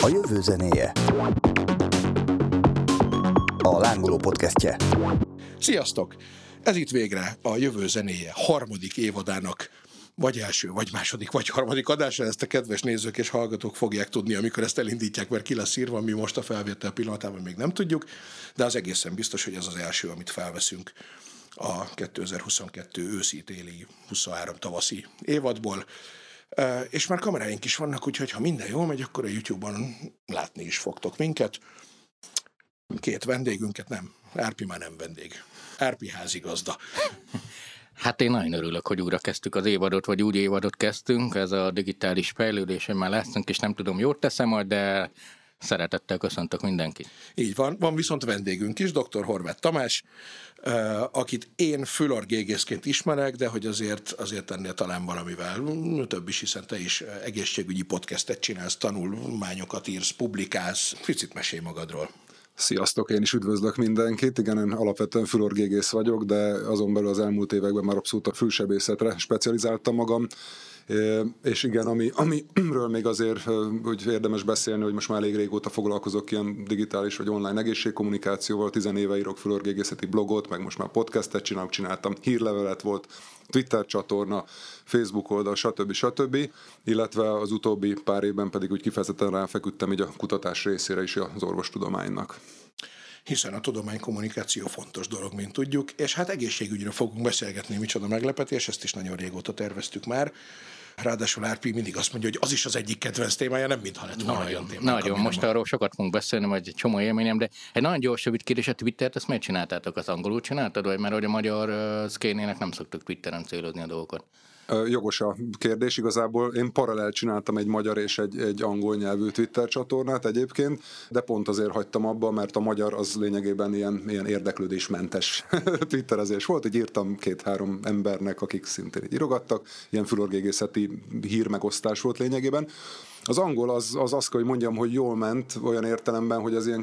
A jövő zenéje. A Lángoló podcastje. Sziasztok! Ez itt végre a Jövő zenéje harmadik évadának vagy első, vagy második, vagy harmadik adása. Ezt a kedves nézők és hallgatók fogják tudni, amikor ezt elindítják, mert ki lesz írva, mi most a felvétel pillanatában még nem tudjuk, de az egészen biztos, hogy ez az első, amit felveszünk a 2022 őszi-téli, 23 tavaszi évadból. És már kameráink is vannak, úgyhogy ha minden jól megy, akkor a YouTube-on látni is fogtok minket. Két vendégünket nem. Árpi már nem vendég. Árpi házigazda. Hát én nagyon örülök, hogy újra kezdtük az évadot, vagy úgy évadot kezdtünk. Ez a digitális fejlődésen már leszünk, és nem tudom, jót teszem majd, de szeretettel köszöntök mindenkit. Így van. Van viszont vendégünk is, dr. Horváth Tamás, akit én fülorgégészként ismerek, de hogy azért ennél talán valamivel több is, hiszen te is egészségügyi podcastet csinálsz, tanulmányokat írsz, publikálsz. Picit mesélj magadról. Sziasztok, én is üdvözlök mindenkit. Igen, én alapvetően fülorgégész vagyok, de azon belül az elmúlt években már abszolút a fülsebészetre specializáltam magam. És igen, amiről még azért hogy érdemes beszélni, hogy most már elég régóta foglalkozok ilyen digitális vagy online egészségkommunikációval, 10 éve írok fülorgégészeti blogot, meg most már podcastet csináltam, hírlevelet volt, Twitter csatorna, Facebook oldal, stb. Illetve az utóbbi pár évben pedig úgy kifejezetten ráfeküdtem így a kutatás részére is az orvostudománynak. Hiszen a tudománykommunikáció fontos dolog, mint tudjuk, és hát egészségügyről fogunk beszélgetni, micsoda meglepetés, ezt is nagyon régóta terveztük már. Ráadásul Árpi mindig azt mondja, hogy az is az egyik kedvenc témája, nem mintha lett volna olyan téma. Nagyon, most arról sokat fogunk beszélni, vagy egy csomó élményem, de egy nagyon gyors rövid kérdés, a Twittert, ezt miért csináltátok? Az angolul csináltad, vagy mert hogy a magyar szkénének nem szoktuk Twitteren célozni a dolgokat? Jogos a kérdés, igazából én paralel csináltam egy magyar és egy angol nyelvű Twitter csatornát egyébként, de pont azért hagytam abba, mert a magyar az lényegében ilyen érdeklődésmentes twitterezés volt, hogy írtam 2-3 embernek, akik szintén így írogattak, ilyen fülorgégészeti hírmegosztás volt lényegében. Az angol az azt kell, hogy mondjam, hogy jól ment olyan értelemben, hogy az ilyen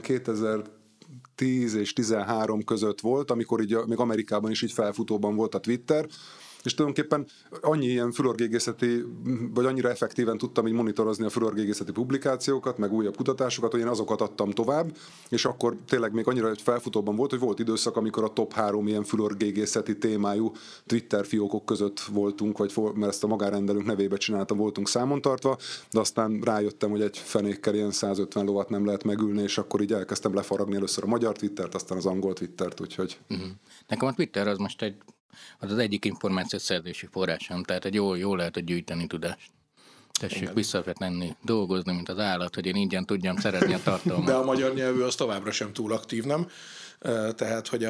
2010 és 13 között volt, amikor így még Amerikában is így felfutóban volt a Twitter, és tulajdonképpen annyi ilyen fülorgégészeti, vagy annyira effektíven tudtam így monitorozni a fülorgégészeti publikációkat, meg újabb kutatásokat, hogy én azokat adtam tovább, és akkor tényleg még annyira felfutóban volt, hogy volt időszak, amikor a top 3 ilyen fülorgégészeti témájú Twitter fiókok között voltunk, mert ezt a magárendelőnk nevébe csináltam, voltunk számon tartva, de aztán rájöttem, hogy egy fenékkel ilyen 150 lovat nem lehet megülni, és akkor így elkezdtem lefaragni először a magyar Twittert, aztán az angol Twittert, úgyhogy... Nekem a Twitter az most az egyik információszerzési forrásom, tehát egy jól lehet gyűjteni tudást. Tessék visszavetlenni, dolgozni, mint az állat, hogy én ingyen tudjam szerezni a tartalmat. De a magyar nyelvű az továbbra sem túl aktív, nem? Tehát, hogy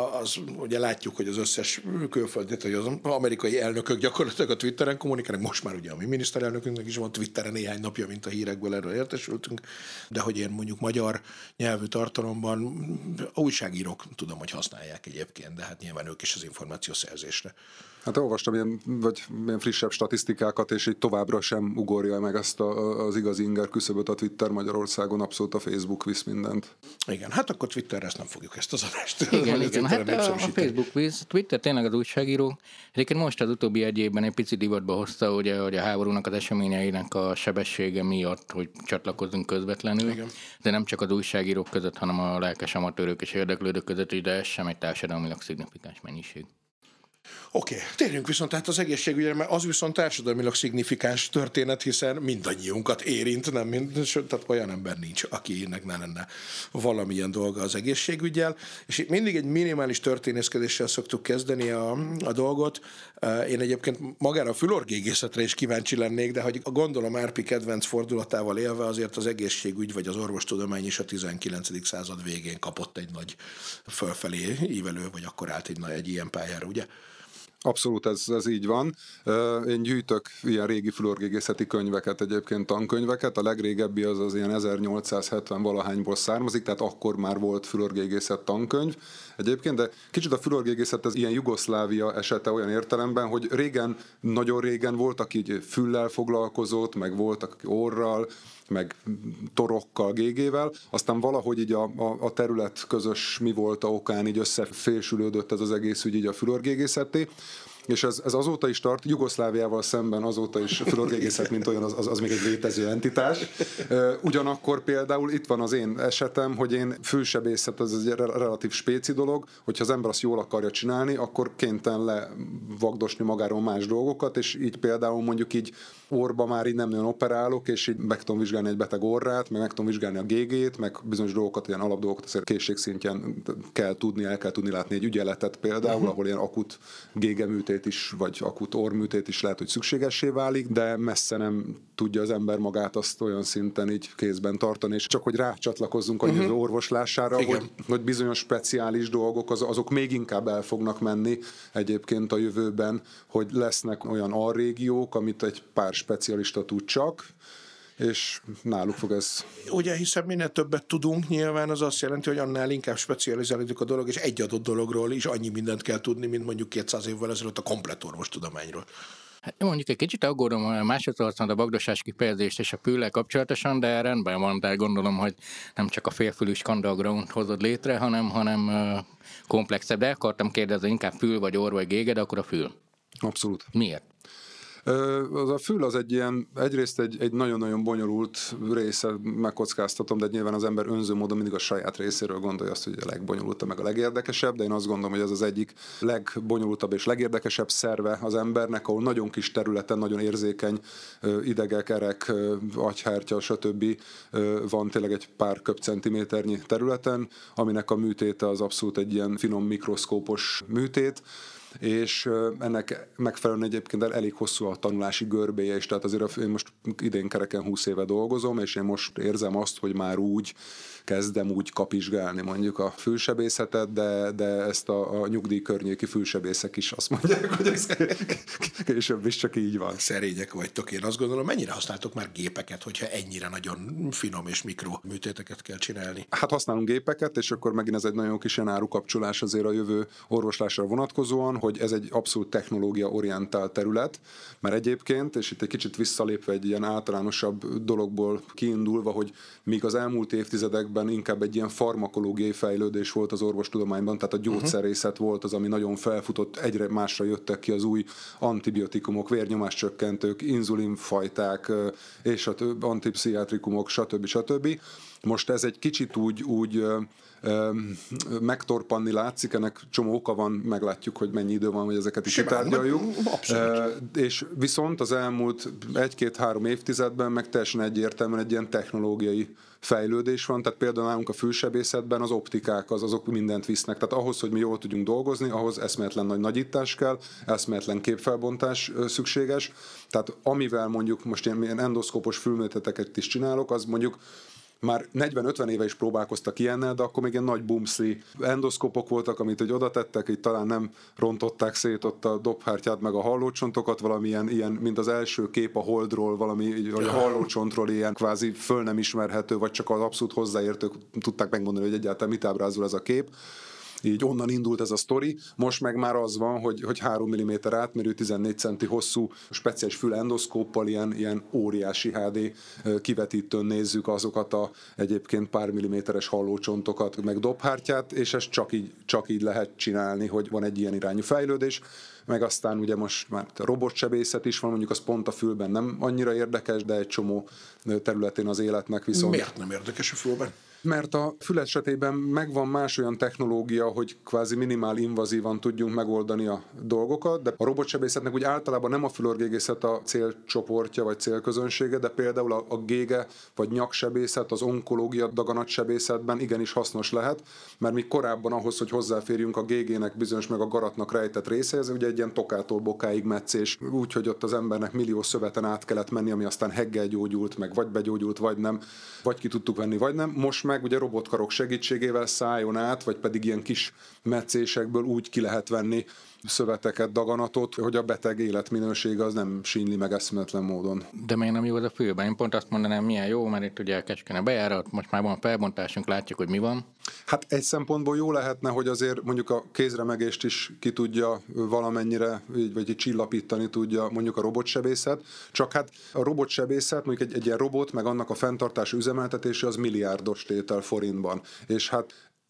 ugye látjuk, hogy az összes külföldi, hogy az amerikai elnökök gyakorlatilag a Twitteren kommunikálnak, most már ugye a mi miniszterelnökünknek is van Twitteren néhány napja, mint a hírekből erről értesültünk, de hogy én mondjuk magyar nyelvű tartalomban a újságírók tudom, hogy használják egyébként, de hát nyilván ők is az információszerzésre. Hát olvastam ilyen frissebb statisztikákat, és így továbbra sem ugorja meg ezt az igazi inger küszöböt a Twitter Magyarországon, abszolút a Facebook visz mindent. Igen, hát akkor Twitterre ezt nem fogjuk ezt az adást. Igen, hát a Facebook visz, Twitter tényleg az újságíró. Egyébként most az utóbbi egy évben egy picit divatba hozta, ugye, hogy a háborúnak az eseményeinek a sebessége miatt, hogy csatlakozzunk közvetlenül. Igen. De nem csak az újságírók között, hanem a lelkes amatőrök és érdeklődők között, de ez sem egy társadalmilag szignifikáns mennyiség. Oké, térjünk viszont tehát az egészségügyre, mert az viszont társadalmilag szignifikáns történet, hiszen mindannyiunkat érint, tehát olyan ember nincs, akinek ne lenne valamilyen dolga az egészségüggyel, és itt mindig egy minimális történészkedéssel szoktuk kezdeni a dolgot. Én egyébként magára a fülorgégészetre is kíváncsi lennék, de hogy gondolom Árpi kedvenc fordulatával élve azért az egészségügy vagy az orvostudomány is a 19. század végén kapott egy nagy fölfelé ívelő, vagy akkor állt egy ilyen pályára, ugye? Abszolút ez így van. Én gyűjtök ilyen régi fülorgégészeti könyveket, egyébként tankönyveket. A legrégebbi az ilyen 1870 valahányból származik, tehát akkor már volt fülorgégészet tankönyv. Egyébként, de kicsit a fülorgégészet ez ilyen Jugoszlávia esete olyan értelemben, hogy régen, nagyon régen volt, aki füllel foglalkozott, meg voltak orral, meg torokkal, gégével, aztán valahogy így a terület közös mi volt a okán, így összefésülődött ez az egész ügy így a fülorgégészetté, És ez azóta is tart, Jugoszláviával szemben azóta is a fülorgégészet, mint olyan, az még egy létező entitás. Ugyanakkor például itt van az én esetem, hogy én fülsebészet, az egy relatív spéci dolog, hogyha az ember azt jól akarja csinálni, akkor kénytelen levagdosni magáról más dolgokat, és így például mondjuk így orba már így nem nagyon operálok, és így meg tudom vizsgálni egy beteg orrát, meg tudom vizsgálni a gégét, meg bizonyos dolgokat, ilyen alapdolgokat azért készségszintjén kell tudni, el kell tudni látni egy ügyeletet például, ahol ilyen akut gégeműtét is, vagy akut orrműtét is lehet, hogy szükségessé válik, de messze nem tudja az ember magát azt olyan szinten így kézben tartani, és csak hogy rácsatlakozzunk a jövő orvoslására, hogy bizonyos speciális dolgok, azok még inkább el fognak menni egyébként a jövőben, hogy lesznek olyan alrégiók, amit egy pár specialista tud csak, és náluk fog ez... Ugye, hiszen minél többet tudunk, nyilván az azt jelenti, hogy annál inkább specializálódik a dolog, és egy adott dologról is annyi mindent kell tudni, mint mondjuk 200 évvel ezelőtt a komplett orvostudományról. Hát mondjuk egy kicsit aggódom a másodszor a vagdosás kifejezést és a füllel kapcsolatosan, de rendben van, de gondolom, hogy nem csak a félfülű skandalground hozod létre, hanem komplexebb. De akartam kérdezni, inkább fül vagy orr vagy gége, de akkor a fül. Abszolút. Miért? Az a fül az egy ilyen, egyrészt egy nagyon-nagyon bonyolult része, megkockáztatom, de nyilván az ember önző módon mindig a saját részéről gondolja azt, hogy a legbonyolultabb, meg a legérdekesebb, de én azt gondolom, hogy ez az egyik legbonyolultabb és legérdekesebb szerve az embernek, ahol nagyon kis területen, nagyon érzékeny idegek, erek, agyhártya, stb. Van tényleg egy pár köbcentiméternyi területen, aminek a műtéte az abszolút egy ilyen finom mikroszkópos műtét, és ennek megfelelően egyébként elég hosszú a tanulási görbéje is, tehát azért én most idén kereken 20 éve dolgozom, és én most érzem azt, hogy már úgy kezdem úgy kapizsgálni mondjuk a fülsebészetet, de ezt a nyugdíj környéki fülsebészek is azt mondják, hogy ez később is csak így van. Szerények vagytok, én azt gondolom. Mennyire használtok már gépeket, hogyha ennyire nagyon finom és mikro műtéteket kell csinálni? Hát használunk gépeket, és akkor megint ez egy nagyon kis ilyen árukapcsolás azért a jövő orvoslásra vonatkozóan, hogy ez egy abszolút technológia-orientált terület, mert egyébként, és itt egy kicsit visszalépve egy ilyen általánosabb dologból kiindulva, hogy míg az elmúlt évtizedekben inkább egy ilyen farmakológiai fejlődés volt az orvostudományban, tehát a gyógyszerészet volt az, ami nagyon felfutott, egyre másra jöttek ki az új antibiotikumok, vérnyomáscsökkentők, inzulinfajták, és a antipszichiatrikumok, stb. Most ez egy kicsit úgy megtorpanni látszik, ennek csomó oka van, meglátjuk, hogy mennyi idő van, hogy ezeket is kitárgyaljuk. És viszont az elmúlt 1-2-3 évtizedben meg teljesen egyértelműen egy ilyen technológiai fejlődés van, tehát például nálunk a fülsebészetben az optikák azok mindent visznek, tehát ahhoz, hogy mi jól tudjunk dolgozni, ahhoz eszméletlen nagy nagyítás kell, eszméletlen képfelbontás szükséges, tehát amivel mondjuk most ilyen endoszkópos fülműtéteket is csinálok, az mondjuk már 40-50 éve is próbálkoztak ilyennel, de akkor még ilyen nagy bumszli endoszkópok voltak, amit hogy oda tettek, így talán nem rontották szét ott a dobhártyát, meg a hallócsontokat, valami ilyen, mint az első kép a Holdról, valami, vagy a hallócsontról ilyen kvázi föl nem ismerhető, vagy csak az abszolút hozzáértők tudták megmondani, hogy egyáltalán mit ábrázol ez a kép. Így onnan indult ez a sztori, most meg már az van, hogy 3 mm átmérő, 14 cm hosszú speciális fülendoszkóppal ilyen óriási HD kivetítőn nézzük azokat a egyébként pár milliméteres hallócsontokat, meg dobhártyát, és ezt csak így lehet csinálni, hogy van egy ilyen irányú fejlődés. Meg aztán ugye most már robotsebészet is van, mondjuk az pont a fülben nem annyira érdekes, de egy csomó területén az életnek viszont... Miért nem érdekes a fülben? Mert a fül esetében megvan más olyan technológia, hogy kvázi minimál invazívan tudjunk megoldani a dolgokat, de a robotsebészetnek úgy általában nem a fülorgégészet a célcsoportja vagy célközönsége, de például a gége vagy nyaksebészet, az onkológia daganatsebészetben igenis hasznos lehet, mert mi korábban ahhoz, hogy hozzáférjünk a gégének bizonyos meg a garatnak rejtett részéhez, ugye egy ilyen tokától bokáig metszés, úgyhogy ott az embernek millió szöveten át kellett menni, ami aztán heggel gyógyult, meg vagy begyógyult, vagy nem, vagy ki tudtuk venni, vagy nem. Most meg ugye robotkarok segítségével szájon át, vagy pedig ilyen kis metszésekből úgy ki lehet venni szöveteket, daganatot, hogy a beteg életminősége az nem sínli meg eszméletlen módon. De miért nem jó az a fülben? Én pont azt mondanám, milyen jó, mert itt ugye a Kecskene bejárat, most már van felbontásunk, látjuk, hogy mi van. Hát egy szempontból jó lehetne, hogy azért mondjuk a kézremegést is ki tudja valamennyire, vagy csillapítani tudja mondjuk a robotsebészet, csak hát a robotsebészet, mondjuk egy ilyen robot, meg annak a fenntartási üzemeltetése az milliárdos tétel forintban. És hát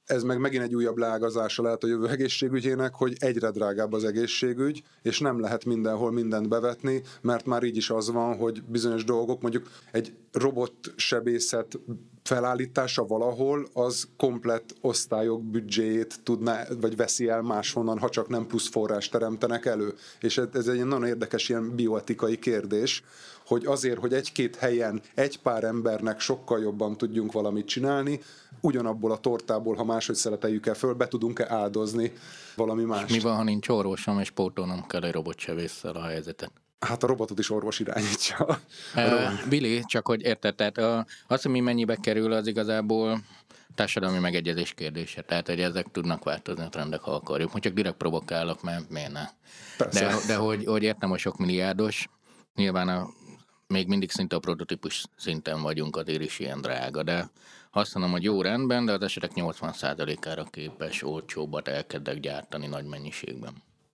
ez meg megint egy újabb leágazása lehet a jövő egészségügyének, hogy egyre drágább az egészségügy, és nem lehet mindenhol mindent bevetni, mert már így is az van, hogy bizonyos dolgok, mondjuk egy robotsebészet felállítása valahol, az komplett osztályok büdzséjét tudná, vagy veszi el máshonnan, ha csak nem plusz forrás teremtenek elő. És ez egy nagyon érdekes ilyen bioetikai kérdés, hogy azért, hogy egy-két helyen egy pár embernek sokkal jobban tudjunk valamit csinálni, ugyanabból a tortából, ha máshogy szereteljük el föl, be tudunk-e áldozni valami mást. Mi van, ha nincs orvosom, és pótolnom kell egy robotsebésszel a helyzetet? Hát a robotot is orvos irányítja. Billy, csak hogy érted, tehát az, hogy mi mennyibe kerül, az igazából társadalmi megegyezés kérdése. Tehát, hogy ezek tudnak változni a trendek, ha akarjuk. Most csak direkt provokálok, mert miért ne? De hogy értem, hogy sok milliárdos, nyilván még mindig szinte a prototípus szinten vagyunk, azért is ilyen drága, de azt mondom, hogy jó rendben, de az esetek 80%-ára képes olcsóbbat elkezdek gyártani nagy mennyiségben.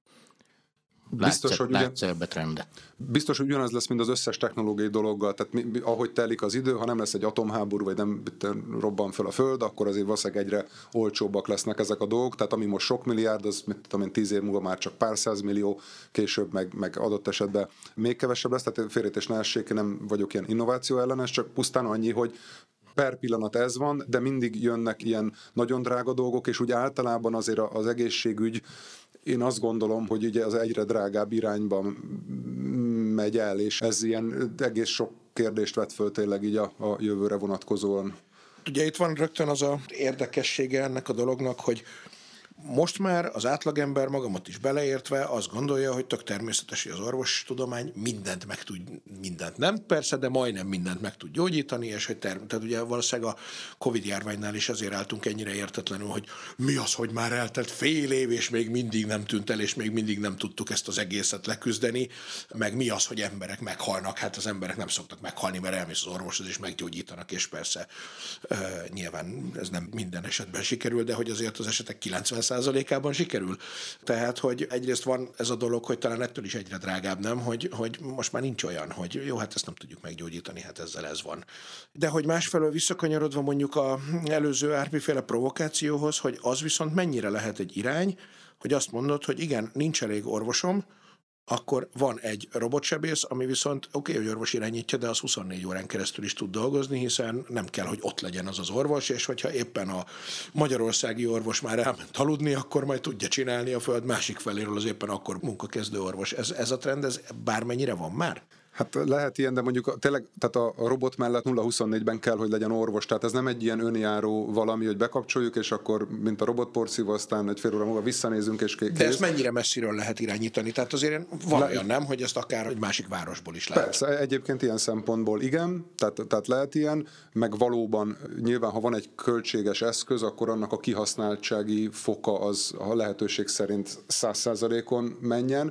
Látsz ebbe trendet? Biztos, hogy ugyanaz lesz, mint az összes technológiai dologgal, tehát ahogy telik az idő, ha nem lesz egy atomháború, vagy nem robban fel a föld, akkor azért valószínűleg egyre olcsóbbak lesznek ezek a dolgok, tehát ami most sok milliárd, az 10 év múlva már csak pár százmillió, később meg adott esetben még kevesebb lesz, tehát félreértés ne essék, nem vagyok ilyen innováció ellenes, csak pusztán annyi, hogy per pillanat ez van, de mindig jönnek ilyen nagyon drága dolgok, és úgy általában azért az egészségügy, én azt gondolom, hogy ugye az egyre drágább irányban megy el, és ez ilyen egész sok kérdést vet föl tényleg így a jövőre vonatkozóan. Ugye itt van rögtön az a érdekessége ennek a dolognak, hogy most már az átlagember, magamat is beleértve, azt gondolja, hogy tök természetes, hogy az orvostudomány mindent meg tud, mindent nem persze, de majdnem mindent meg tud gyógyítani, és hogy tehát ugye valószínűleg a Covid-járványnál is ezért álltunk ennyire értetlenül, hogy mi az, hogy már eltelt fél év, és még mindig nem tűnt el, és még mindig nem tudtuk ezt az egészet leküzdeni, meg mi az, hogy emberek meghalnak, hát az emberek nem szoktak meghalni, mert elmész az orvoshoz, és meggyógyítanak, és persze nyilván ez nem minden esetben sikerül, de hogy azért az esetek 90%-ában sikerül. Tehát, hogy egyrészt van ez a dolog, hogy talán ettől is egyre drágább, nem? Hogy most már nincs olyan, hogy jó, hát ezt nem tudjuk meggyógyítani, hát ezzel ez van. De hogy másfelől visszakanyarodva mondjuk az előző Árpi-féle provokációhoz, hogy az viszont mennyire lehet egy irány, hogy azt mondod, hogy igen, nincs elég orvosom, akkor van egy robotsebész, ami viszont oké, hogy orvos irányítja, de az 24 órán keresztül is tud dolgozni, hiszen nem kell, hogy ott legyen az orvos, és hogyha éppen a magyarországi orvos már elment aludni, akkor majd tudja csinálni a föld másik feléről az éppen akkor munkakezdő orvos. Ez a trend, ez bármennyire van már? Hát lehet ilyen, de mondjuk tényleg, tehát a robot mellett 0-24-ben kell, hogy legyen orvos, tehát ez nem egy ilyen önjáró valami, hogy bekapcsoljuk, és akkor, mint a robotporszívó, aztán egy fél óra múlva visszanézünk, és kész. De ezt mennyire messziről lehet irányítani? Tehát azért van olyan, nem, hogy ezt akár egy másik városból is lehet. Persze, egyébként ilyen szempontból igen, tehát lehet ilyen, meg valóban nyilván, ha van egy költséges eszköz, akkor annak a kihasználtsági foka az a lehetőség szerint 100%-on menjen.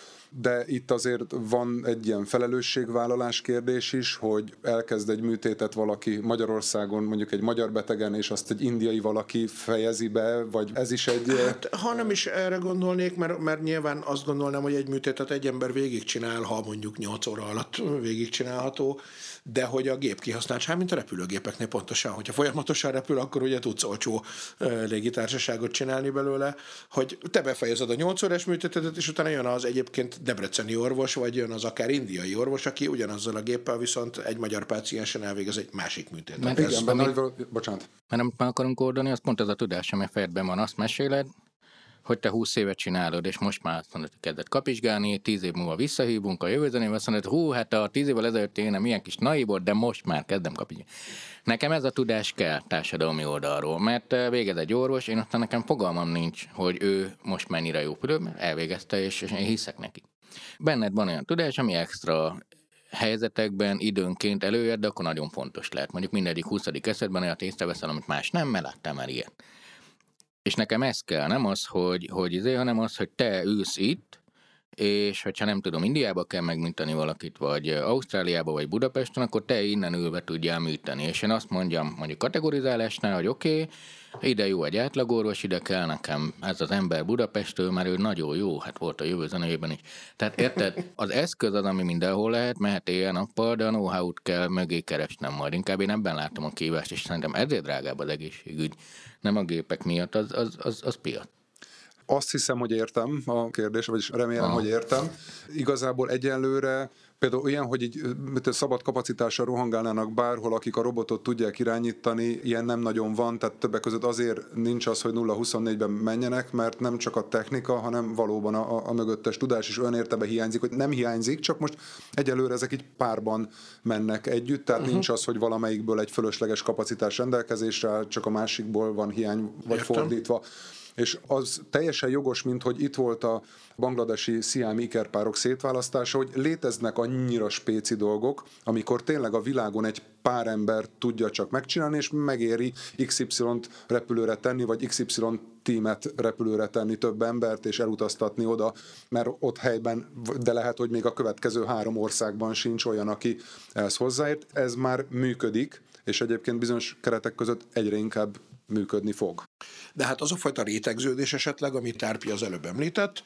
De itt azért van egy ilyen felelősségvállalás kérdés is, hogy elkezd egy műtétet valaki Magyarországon, mondjuk egy magyar betegen, és azt egy indiai valaki fejezi be, vagy ez is egy... Hát, ha nem is erre gondolnék, mert nyilván azt gondolnám, hogy egy műtétet egy ember végigcsinál, ha mondjuk 8 óra alatt végigcsinálható, de hogy a gép kihasználtság, mint a repülőgépeknél pontosan, hogyha folyamatosan repül, akkor ugye tudsz olcsó légitársaságot csinálni belőle, hogy te befejezed a 8 órás műtétetet, és utána jön az egyébként debreceni orvos, vagy jön az akár indiai orvos, aki ugyanazzal a géppel viszont egy magyar páciensen elvégez egy másik műtétet. Bocsánat. Mert amit meg akarunk oldani, az pont ez a tudás, ami a fejedben van. Azt meséled, hogy te 20 évet csinálod, és most már azt mondod, hogy kezdett kapizsgálni, 10 év múlva visszahívunk a jövő zenébe, azt mondod, hát a 10 évvel ezelőtt én nem ilyen kis naív volt, de most már kezdem kapizsgálni. Nekem ez a tudás kell társadalmi oldalról, mert végez egy orvos, én aztán nekem fogalmam nincs, hogy ő most mennyire jó pülő, mert elvégezte, és én hiszek neki. Benned van olyan tudás, ami extra helyzetekben időnként előjön, de akkor nagyon fontos lehet. Mondjuk mindegyik 20. esetben olyat észreveszel, amit más nem, mert láttam már ilyet. És nekem ez kell, nem az, hanem az, hogy te ülsz itt, és hogyha nem tudom, Indiába kell megműteni valakit, vagy Ausztráliába, vagy Budapesten, akkor te innen ülve tudjál műteni. És én azt mondjam, mondjuk kategorizálásnál, hogy oké, ide jó egy átlagorvos, ide kell nekem ez az ember Budapestről, mert ő nagyon jó, hát volt a Jövő zenéjében is. Tehát érted, az eszköz az, ami mindenhol lehet, mehet éjjel-nappal, de a know-how-t kell mögé keresnem majd. Inkább én ebben látom a kívást, és szerintem ezért drágább az egészségügy. Nem a gépek miatt, az piac. Azt hiszem, hogy értem a kérdést, vagyis remélem, hogy értem. Igazából egyenlőre például olyan, hogy így szabad kapacitással rohangálnának bárhol, akik a robotot tudják irányítani, ilyen nem nagyon van, tehát többek között azért nincs az, hogy 0-24-ben menjenek, mert nem csak a technika, hanem valóban a mögöttes tudás is olyan értelemben hiányzik, hogy nem hiányzik, csak most egyelőre ezek így párban mennek együtt, tehát nincs az, hogy valamelyikből egy fölösleges kapacitás rendelkezésre, csak a másikból van hiány, vagy fordítva. És az teljesen jogos, mint hogy itt volt a bangladesi sziámi ikerpárok szétválasztása, hogy léteznek annyira spéci dolgok, amikor tényleg a világon egy pár ember tudja csak megcsinálni, és megéri XY-t repülőre tenni, vagy XY tímet repülőre tenni, több embert, és elutaztatni oda, mert ott helyben, de lehet, hogy még a következő 3 országban sincs olyan, aki ehhez hozzáért. Ez már működik, és egyébként bizonyos keretek között egyre inkább működni fog. De hát az a fajta rétegződés esetleg, amit Tárpi az előbb említett,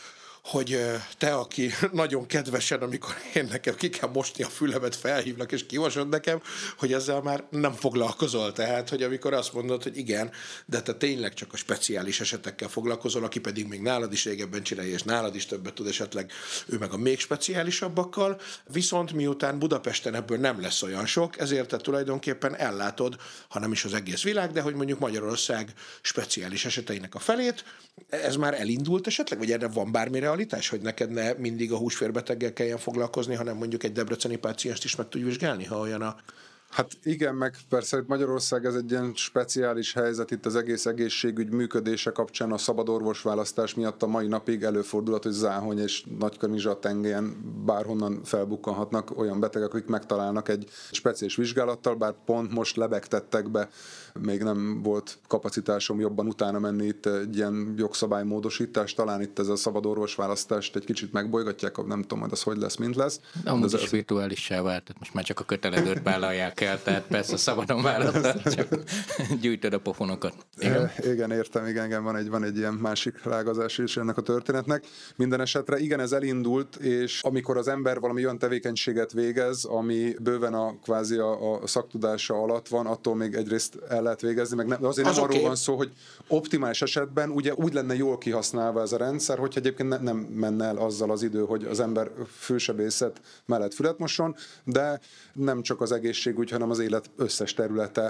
hogy te, aki nagyon kedvesen, amikor én nekem ki kell mosni a fülemet, felhívnak és kivasod nekem, hogy ezzel már nem foglalkozol. Tehát, hogy amikor azt mondod, hogy igen, de te tényleg csak a speciális esetekkel foglalkozol, aki pedig még nálad is régebben csinálja, és nálad is többet tud esetleg, ő meg a még speciálisabbakkal, viszont miután Budapesten ebből nem lesz olyan sok, ezért te tulajdonképpen ellátod, ha nem is az egész világ, de hogy mondjuk Magyarország speciális eseteinek a felét. Ez már elindult esetleg, vagy erre van bármi realitás, hogy neked ne mindig a húsférbeteggel kelljen foglalkozni, hanem mondjuk egy debreceni pácienst is meg tudj vizsgálni, ha olyan a... Hát igen, meg persze itt Magyarország ez egy ilyen speciális helyzet, itt az egész egészségügy működése kapcsán a szabad orvosválasztás miatt a mai napig előfordulhat, hogy Záhony és Nagykanizsa tengelyén bárhonnan felbukkanhatnak olyan betegek, akik megtalálnak egy speciális vizsgálattal, bár pont most lebegtettek be, még nem volt kapacitásom jobban utána menni itt egy ilyen jogszabálymódosítás, talán itt ez a szabad orvosválasztást egy kicsit megbolygatják, nem tudom, hogy az hogy lesz, mint lesz. De amúgy is virtuálissá vált, tehát most már csak a kötelezőt vállalják el, tehát persze szabadon választani, csak gyűjtöd a pofonokat. Igen, értem, igen, van egy ilyen másik lágazás is ennek a történetnek. Minden esetre igen, ez elindult, és amikor az ember valami olyan tevékenységet végez, ami bőven kvázi a szaktudása alatt van, attól még egyrészt el lehet végezni, meg nem, azért nem arról van szó, hogy optimális esetben ugye úgy lenne jól kihasználva ez a rendszer, hogy egyébként nem menne el azzal az idő, hogy az ember fülsebészet mellett fület mosson, de nem csak az egészségügy, hanem az élet összes területe,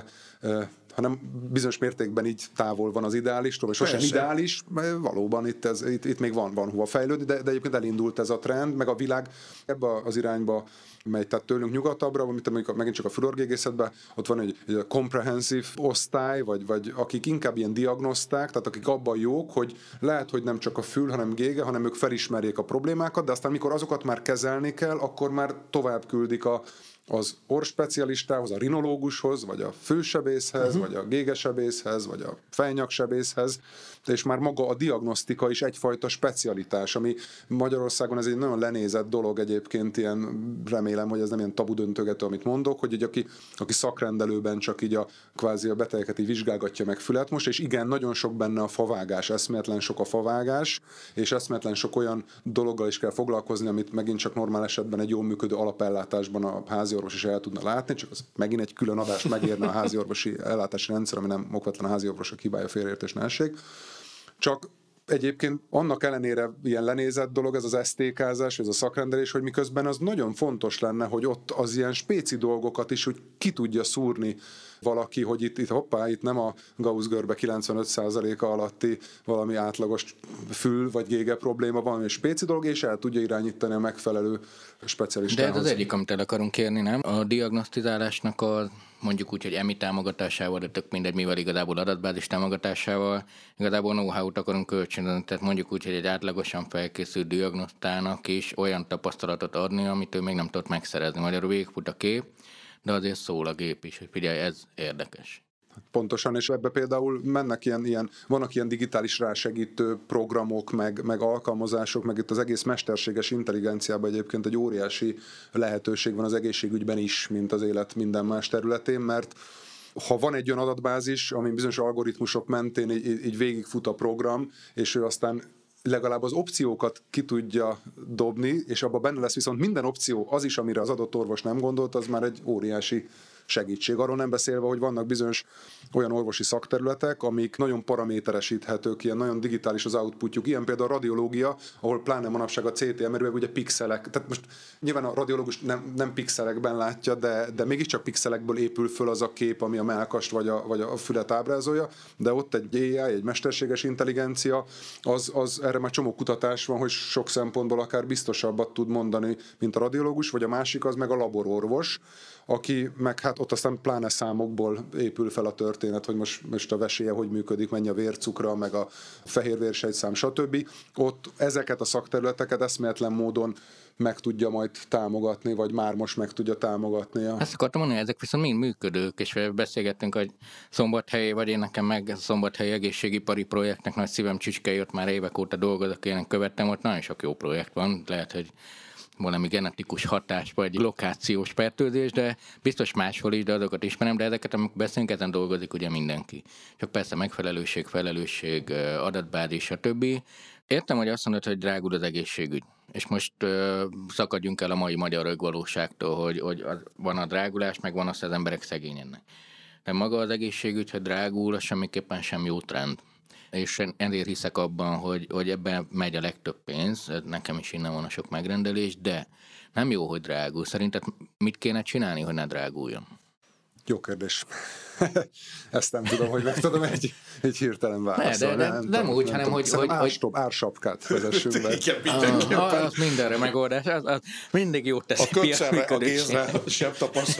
hanem bizonyos mértékben így távol van az ideálistól, vagy sosem ideális, valóban itt még van hova fejlődni, de egyébként elindult ez a trend, meg a világ ebbe az irányba megy, tehát tőlünk nyugatabbra, mint megint csak a fülorgégészetben, ott van egy comprehensive osztály, vagy akik inkább ilyen diagnoszták, tehát akik abban jók, hogy lehet, hogy nem csak a fül, hanem gége, hanem ők felismerjék a problémákat, de aztán amikor azokat már kezelni kell, akkor már tovább küldik az orrspecialistához, a rinológushoz, vagy a fülsebészhez, vagy a gégesebészhez, vagy a fejnyaksebészhez, és már maga a diagnosztika is egyfajta specialitás, ami Magyarországon ez egy nagyon lenézett dolog egyébként, ilyen, remélem, hogy ez nem ilyen tabudöntögető, amit mondok, hogy aki szakrendelőben csak így kvázi a betegeket így vizsgálgatja meg fület most, és igen, nagyon sok benne a favágás, eszméletlen sok a favágás, és eszméletlen sok olyan dologgal is kell foglalkozni, amit megint csak normál esetben egy jól működő alapellátásban a háziorvos is el tudna látni, csak az megint egy külön adást megérne a háziorvosi ellátási rendszer, ami nem okvetlen a háziorvosok hibája, félreértés ne essék. Csak egyébként annak ellenére ilyen lenézett dolog, ez az STK-zás, ez a szakrendelés, hogy miközben az nagyon fontos lenne, hogy ott az ilyen spéci dolgokat is, hogy ki tudja szúrni valaki, hogy itt nem a Gauss-görbe 95%-a alatti valami átlagos fül vagy gége probléma, valami spéci dolog, és el tudja irányítani a megfelelő specialistához. De ez az egyik, amit el akarunk kérni, nem? A diagnosztizálásnak mondjuk úgy, hogy EMI támogatásával, de tök mindegy, mivel igazából adatbázis támogatásával, igazából know-how-t akarunk kölcsönözni, tehát mondjuk úgy, hogy egy átlagosan felkészült diagnosztának is olyan tapasztalatot adni, amit ő még nem tudott megszerezni. Magyarul végigfut a kép, de azért szól a gép is, hogy figyelj, ez érdekes. Pontosan, és ebbe például vannak ilyen digitális rásegítő programok, meg alkalmazások, meg itt az egész mesterséges intelligenciában egyébként egy óriási lehetőség van az egészségügyben is, mint az élet minden más területén, mert ha van egy olyan adatbázis, amin bizonyos algoritmusok mentén így végigfut a program, és ő aztán legalább az opciókat ki tudja dobni, és abban benne lesz viszont minden opció, az is, amire az adott orvos nem gondolt, az már egy óriási segítség. Arról nem beszélve, hogy vannak bizonyos olyan orvosi szakterületek, amik nagyon paraméteresíthetők, ilyen nagyon digitális az outputjuk. Ilyen például a radiológia, ahol pláne manapság a CT emerőben ugye pixelek. Tehát most nyilván a radiológus nem pixelekben látja, de mégiscsak pixelekből épül föl az a kép, ami a mellkast vagy a fület ábrázolja, de ott egy AI, egy mesterséges intelligencia, az erre már csomó kutatás van, hogy sok szempontból akár biztosabbat tud mondani, mint a radiológus, vagy a másik az meg a labororvos, aki meg hát ott aztán pláne számokból épül fel a történet, hogy most a veséje hogy működik, mennyi a vércukra, meg a fehérvérsejtszám, stb. Ott ezeket a szakterületeket eszméletlen módon meg tudja majd támogatni, vagy már most meg tudja támogatni. Ezt akartam mondani, ezek viszont mind működők, és beszélgettünk, hogy Szombathelyi, vagy én nekem meg Szombathelyi egészségipari projektnek nagy szívem csücske, ott már évek óta dolgozok, én követtem, ott nagyon sok jó projekt van, lehet, hogy valami genetikus hatás, vagy lokációs fertőzés, de biztos máshol is, de azokat ismerem, de ezeket, amikor beszélünk, ezen dolgozik ugye mindenki. Csak persze felelősség, adatbázis, stb. Értem, hogy azt mondod, hogy drágul az egészségügy. És most szakadjunk el a mai magyar rögvalóságtól, hogy van a drágulás, meg van azt, az emberek szegényennek. De maga az egészségügy, ha drágul, az semmiképpen sem jó trend. És ezért hiszek abban, hogy ebben megy a legtöbb pénz, nekem is innen van a sok megrendelés, de nem jó, hogy drágul. Szerinted mit kéne csinálni, hogy ne dráguljon? Jó kérdés. Ezt nem tudom, hogy meg tudom egy hirtelen válaszolni. Nem úgy, hanem hogy ársapkát vezessünk be. Igen, mindenképpen. Az mindenre megoldás, az mindig jót teszi. A köpszerre, a gézre, a sebtapaszra.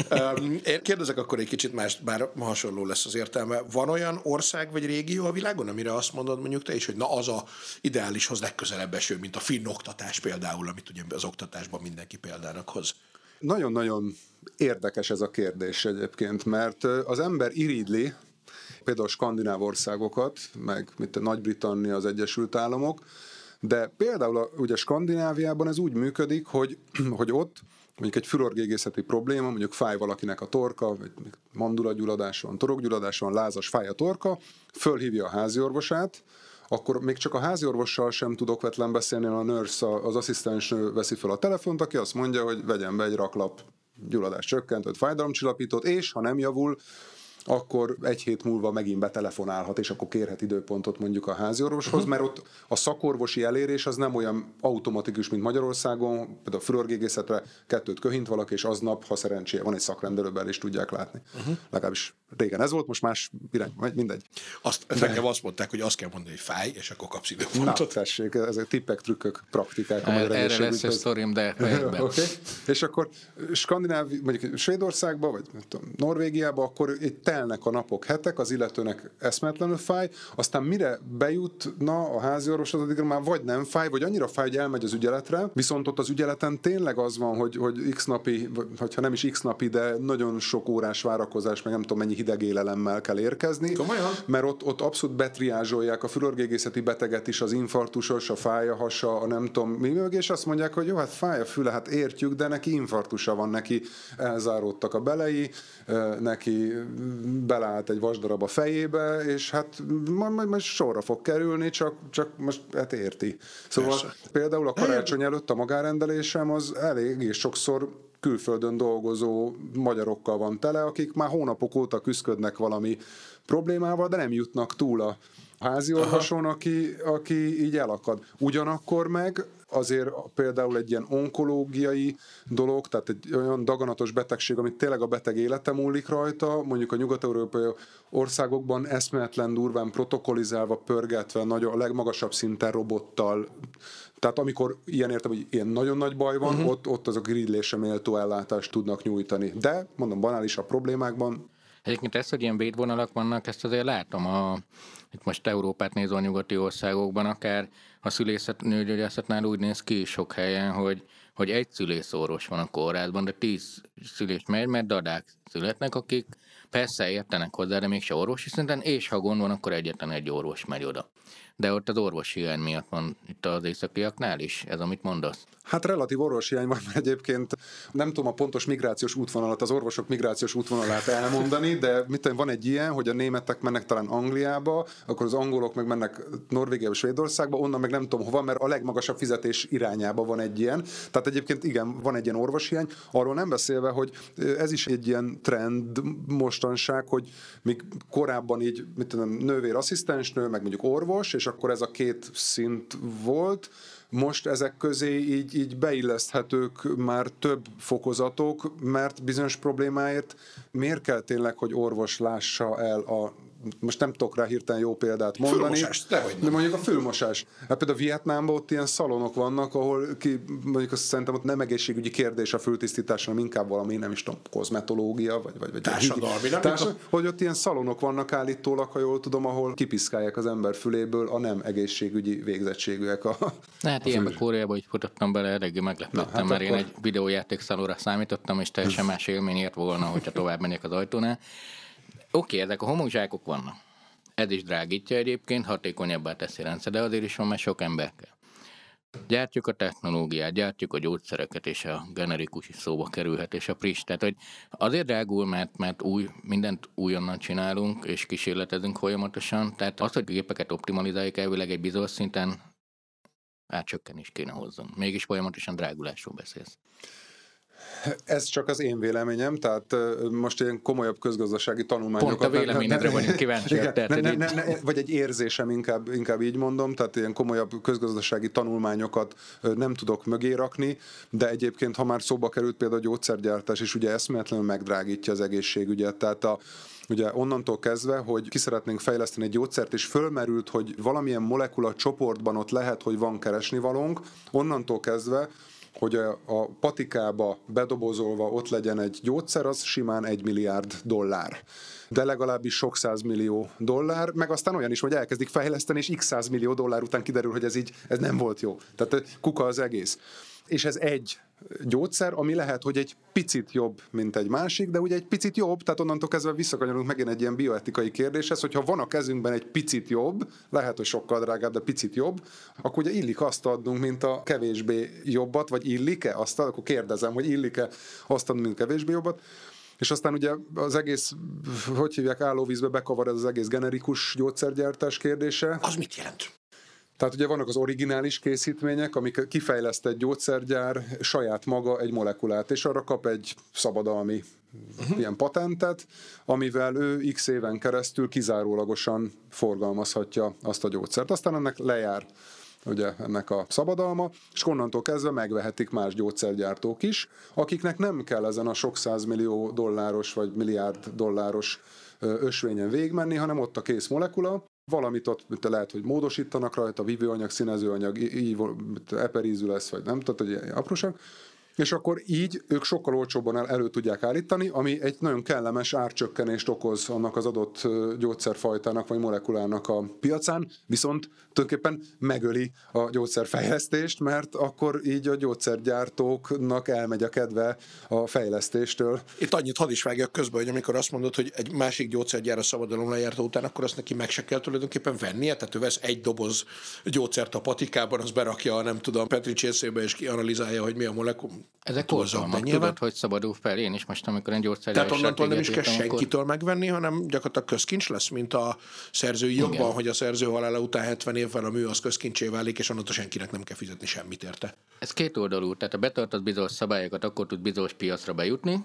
Én kérdezek akkor egy kicsit más, bár hasonló lesz az értelme. Van olyan ország vagy régió a világon, amire azt mondod mondjuk te is, hogy na az a ideálishoz legközelebb eső, mint a finn oktatás például, amit ugye az oktatásban mindenki példának hoz. Nagyon-nagyon érdekes ez a kérdés egyébként, mert az ember irídli például a skandináv országokat, meg mint a Nagy-Britannia, az Egyesült Államok, de például ugye Skandináviában ez úgy működik, hogy ott mondjuk egy fülorgégészeti probléma, mondjuk fáj valakinek a torka, vagy mandulagyulladás van, torokgyulladás van, lázas, fáj a torka, fölhívja a háziorvosát, akkor még csak a háziorvossal sem tud okvetlen beszélni, a nurse, az asszisztens veszi fel a telefont, aki azt mondja, hogy vegyen be egy raklap gyulladás csökkentőt, fájdalomcsillapítót, és ha nem javul, akkor egy hét múlva megint betelefonálhat, és akkor kérhet időpontot mondjuk a háziorvoshoz, mert ott a szakorvosi elérés az nem olyan automatikus, mint Magyarországon, például a fülorgégészetre 2 köhint valaki, és aznap, ha szerencséje van, egy szakrendelőben el is tudják látni. Legalábbis régen ez volt, most más irány, mindegy. Nekem azt mondták, hogy azt kell mondani, hogy fáj, és akkor kapsz időpontot. Na, tessék, ezek tippek, trükkök, praktikák. Erre lesz a sztorim, de okay. És akkor mondjuk Svédországban, vagy Norvégiában, akkor itt telnek a napok, hetek, az illetőnek eszméletlenül fáj, aztán mire bejutna a háziorvoshoz, addigra már vagy nem fáj, vagy annyira fáj, hogy elmegy az ügyeletre, viszont ott az ügyeleten tényleg az van, hogy x napi, vagy ha nem is x napi, de nagyon sok órás várakozás, meg nem tudom mennyi hideg élelemmel kell érkezni. Komolyan? Mert ott abszolút betriázsolják a fülorgégészeti beteget is, az infarktusos, a fáj a hasa, a nem tudom mi mögé, és azt mondják, hogy jó, hát fáj a füle, hát értjük, de neki infarktusa van, neki elzáródtak a belei, neki beleállt egy vasdarab a fejébe, és hát majd sorra fog kerülni, csak most hát érti. Szóval persze. Például a karácsony előtt a magárendelésem az elég, és sokszor külföldön dolgozó magyarokkal van tele, akik már hónapok óta küszködnek valami problémával, de nem jutnak túl a háziorvoson, aki így elakad. Ugyanakkor meg azért például egy ilyen onkológiai dolog, tehát egy olyan daganatos betegség, amit tényleg a beteg élete múlik rajta, mondjuk a nyugat-európai országokban eszméletlen durván protokollizálva, pörgetve, a legmagasabb szinten robottal. Tehát amikor ilyen értem, hogy ilyen nagyon nagy baj van, ott azok irigylésre méltó ellátást tudnak nyújtani. De mondom, banálisabb problémákban. Egyébként ezt, hogy ilyen védvonalak vannak, ezt azért látom itt most Európát nézve a nyugati országokban, akár a szülészet-nőgyógyászatnál úgy néz ki sok helyen, hogy egy szülészorvos van a kórházban, de 10 szülés megy, mert dadák születnek, akik Persze értenek hozzá, de mégse orvosi szinten, és ha gond van, akkor egyetlen egy orvos megy oda. De ott az orvosi hiány miatt van itt az északiaknál is, ez amit mondasz. Hát relatív orvoshiány van, mert egyébként nem tudom a pontos migrációs útvonalat, az orvosok migrációs útvonalát elmondani, de van egy ilyen, hogy a németek mennek talán Angliába, akkor az angolok meg mennek Norvégiába, Svédországba, onnan meg nem tudom hova, mert a legmagasabb fizetés irányába van egy ilyen. Tehát egyébként igen, van egy ilyen orvoshiány, arról nem beszélve, hogy ez is egy ilyen trend mostanság, hogy még korábban így, nővérasszisztensnő, meg mondjuk orvos, és akkor ez a két szint volt. Most ezek közé így beilleszthetők már több fokozatok, mert bizonyos problémáért miért kell tényleg, hogy orvos lássa el most nem tudok rá hirtelen jó példát mondani. Fülmosás, de mondjuk a fülmosás. Hát például Vietnámban ott ilyen szalonok vannak, ahol mondjuk azt szerintem ott nem egészségügyi kérdés a fültisztítás, hanem inkább valami, nem is tudom, kozmetológia, vagy társadalmi. Hogy ott ilyen szalonok vannak állítólag, ha jól tudom, ahol kipiszkálják az ember füléből a nem egészségügyi végzettségűek. Hát ilyenben Koreában így futottam bele, eléggé meglepődtem, mert én egy videójátékszalonra számítottam, és teljesen más élmény ért volna, hogyha tovább menjek az ajtónál. Oké, ezek a homozsákok vannak. Ez is drágítja egyébként, hatékonyabbá teszi rendszer, de azért is van, mert sok ember kell. Gyártjuk a technológiát, gyártjuk a gyógyszereket, és a generikus is szóba kerülhet, és a friss. Tehát, hogy azért drágul, mert mindent újonnan csinálunk, és kísérletezünk folyamatosan. Tehát az, hogy gépeket optimalizáljuk elvileg egy bizonyos szinten, átcsökkenést kéne hozzunk. Mégis folyamatosan drágulásról beszélsz. Ez csak az én véleményem, tehát most ilyen komolyabb közgazdasági tanulmányokat... Pont a véleményedre vagyunk kíváncsiak. Vagy egy érzésem, inkább így mondom, tehát ilyen komolyabb közgazdasági tanulmányokat nem tudok mögé rakni, de egyébként, ha már szóba került például a gyógyszergyártás, és ugye eszméletlenül megdrágítja az egészségügyet, tehát ugye onnantól kezdve, hogy ki szeretnénk fejleszteni egy gyógyszert, és fölmerült, hogy valamilyen molekula csoportban ott lehet, hogy van keresnivalónk, onnantól kezdve, hogy a patikába bedobozolva ott legyen egy gyógyszer, az simán $1 milliárd. De legalábbis sok $100 millió, meg aztán olyan is, hogy elkezdik fejleszteni, és x $100 millió után kiderül, hogy ez nem volt jó. Tehát kuka az egész. És ez egy gyógyszer, ami lehet, hogy egy picit jobb, mint egy másik, de ugye egy picit jobb, tehát onnantól kezdve visszakanyarulunk megint egy ilyen bioetikai kérdéshez, hogyha van a kezünkben egy picit jobb, lehet, hogy sokkal drágább, de picit jobb, akkor ugye illik azt adnunk, mint a kevésbé jobbat, vagy illik-e azt, akkor kérdezem, hogy illik-e azt adnunk, mint kevésbé jobbat. És aztán ugye az egész, hogy hívják, állóvízbe bekavar ez az egész generikus gyógyszergyártás kérdése. Az mit jelent? Tehát ugye vannak az originális készítmények, amik kifejleszt egy gyógyszergyár saját maga egy molekulát, és arra kap egy szabadalmi ilyen patentet, amivel ő x éven keresztül kizárólagosan forgalmazhatja azt a gyógyszert. Aztán ennek lejár ugye ennek a szabadalma, és onnantól kezdve megvehetik más gyógyszergyártók is, akiknek nem kell ezen a sok $100 millió vagy $1 milliárd ösvényen végigmenni, hanem ott a kész molekula, valamit ott lehet, hogy módosítanak rajta, vívőanyag, színezőanyag, eperízű lesz, vagy nem, tehát hogy ilyen apróság. És akkor így ők sokkal olcsóbban elő tudják állítani, ami egy nagyon kellemes árcsökkenést okoz annak az adott gyógyszerfajtának vagy molekulának a piacán, viszont tulajdonképpen megöli a gyógyszerfejlesztést, mert akkor így a gyógyszergyártóknak elmegy a kedve a fejlesztéstől. Itt annyit hadd is vágjak közben, hogy amikor azt mondod, hogy egy másik gyógyszergyár a szabadalom lejárta után, akkor azt neki meg se kell tulajdonképpen vennie, tehát ő vesz egy doboz gyógyszert a patikában, az berakja, nem tudom, Petri csészébe, és kianalizálja, hogy mi a molekula. Ezek oltalmak, tudod, hogy szabadul fel. Én is most, amikor egy gyógyszergyár... Tehát onnantól nem is kell senkitől megvenni, hanem gyakorlatilag közkincs lesz, mint a szerzői jogban, hogy a szerző halála után 70 évvel a mű az közkincsé válik, és onnantól senkinek nem kell fizetni semmit érte. Ez két oldalú, tehát ha betartod bizonyos szabályokat, akkor tud bizonyos piacra bejutni,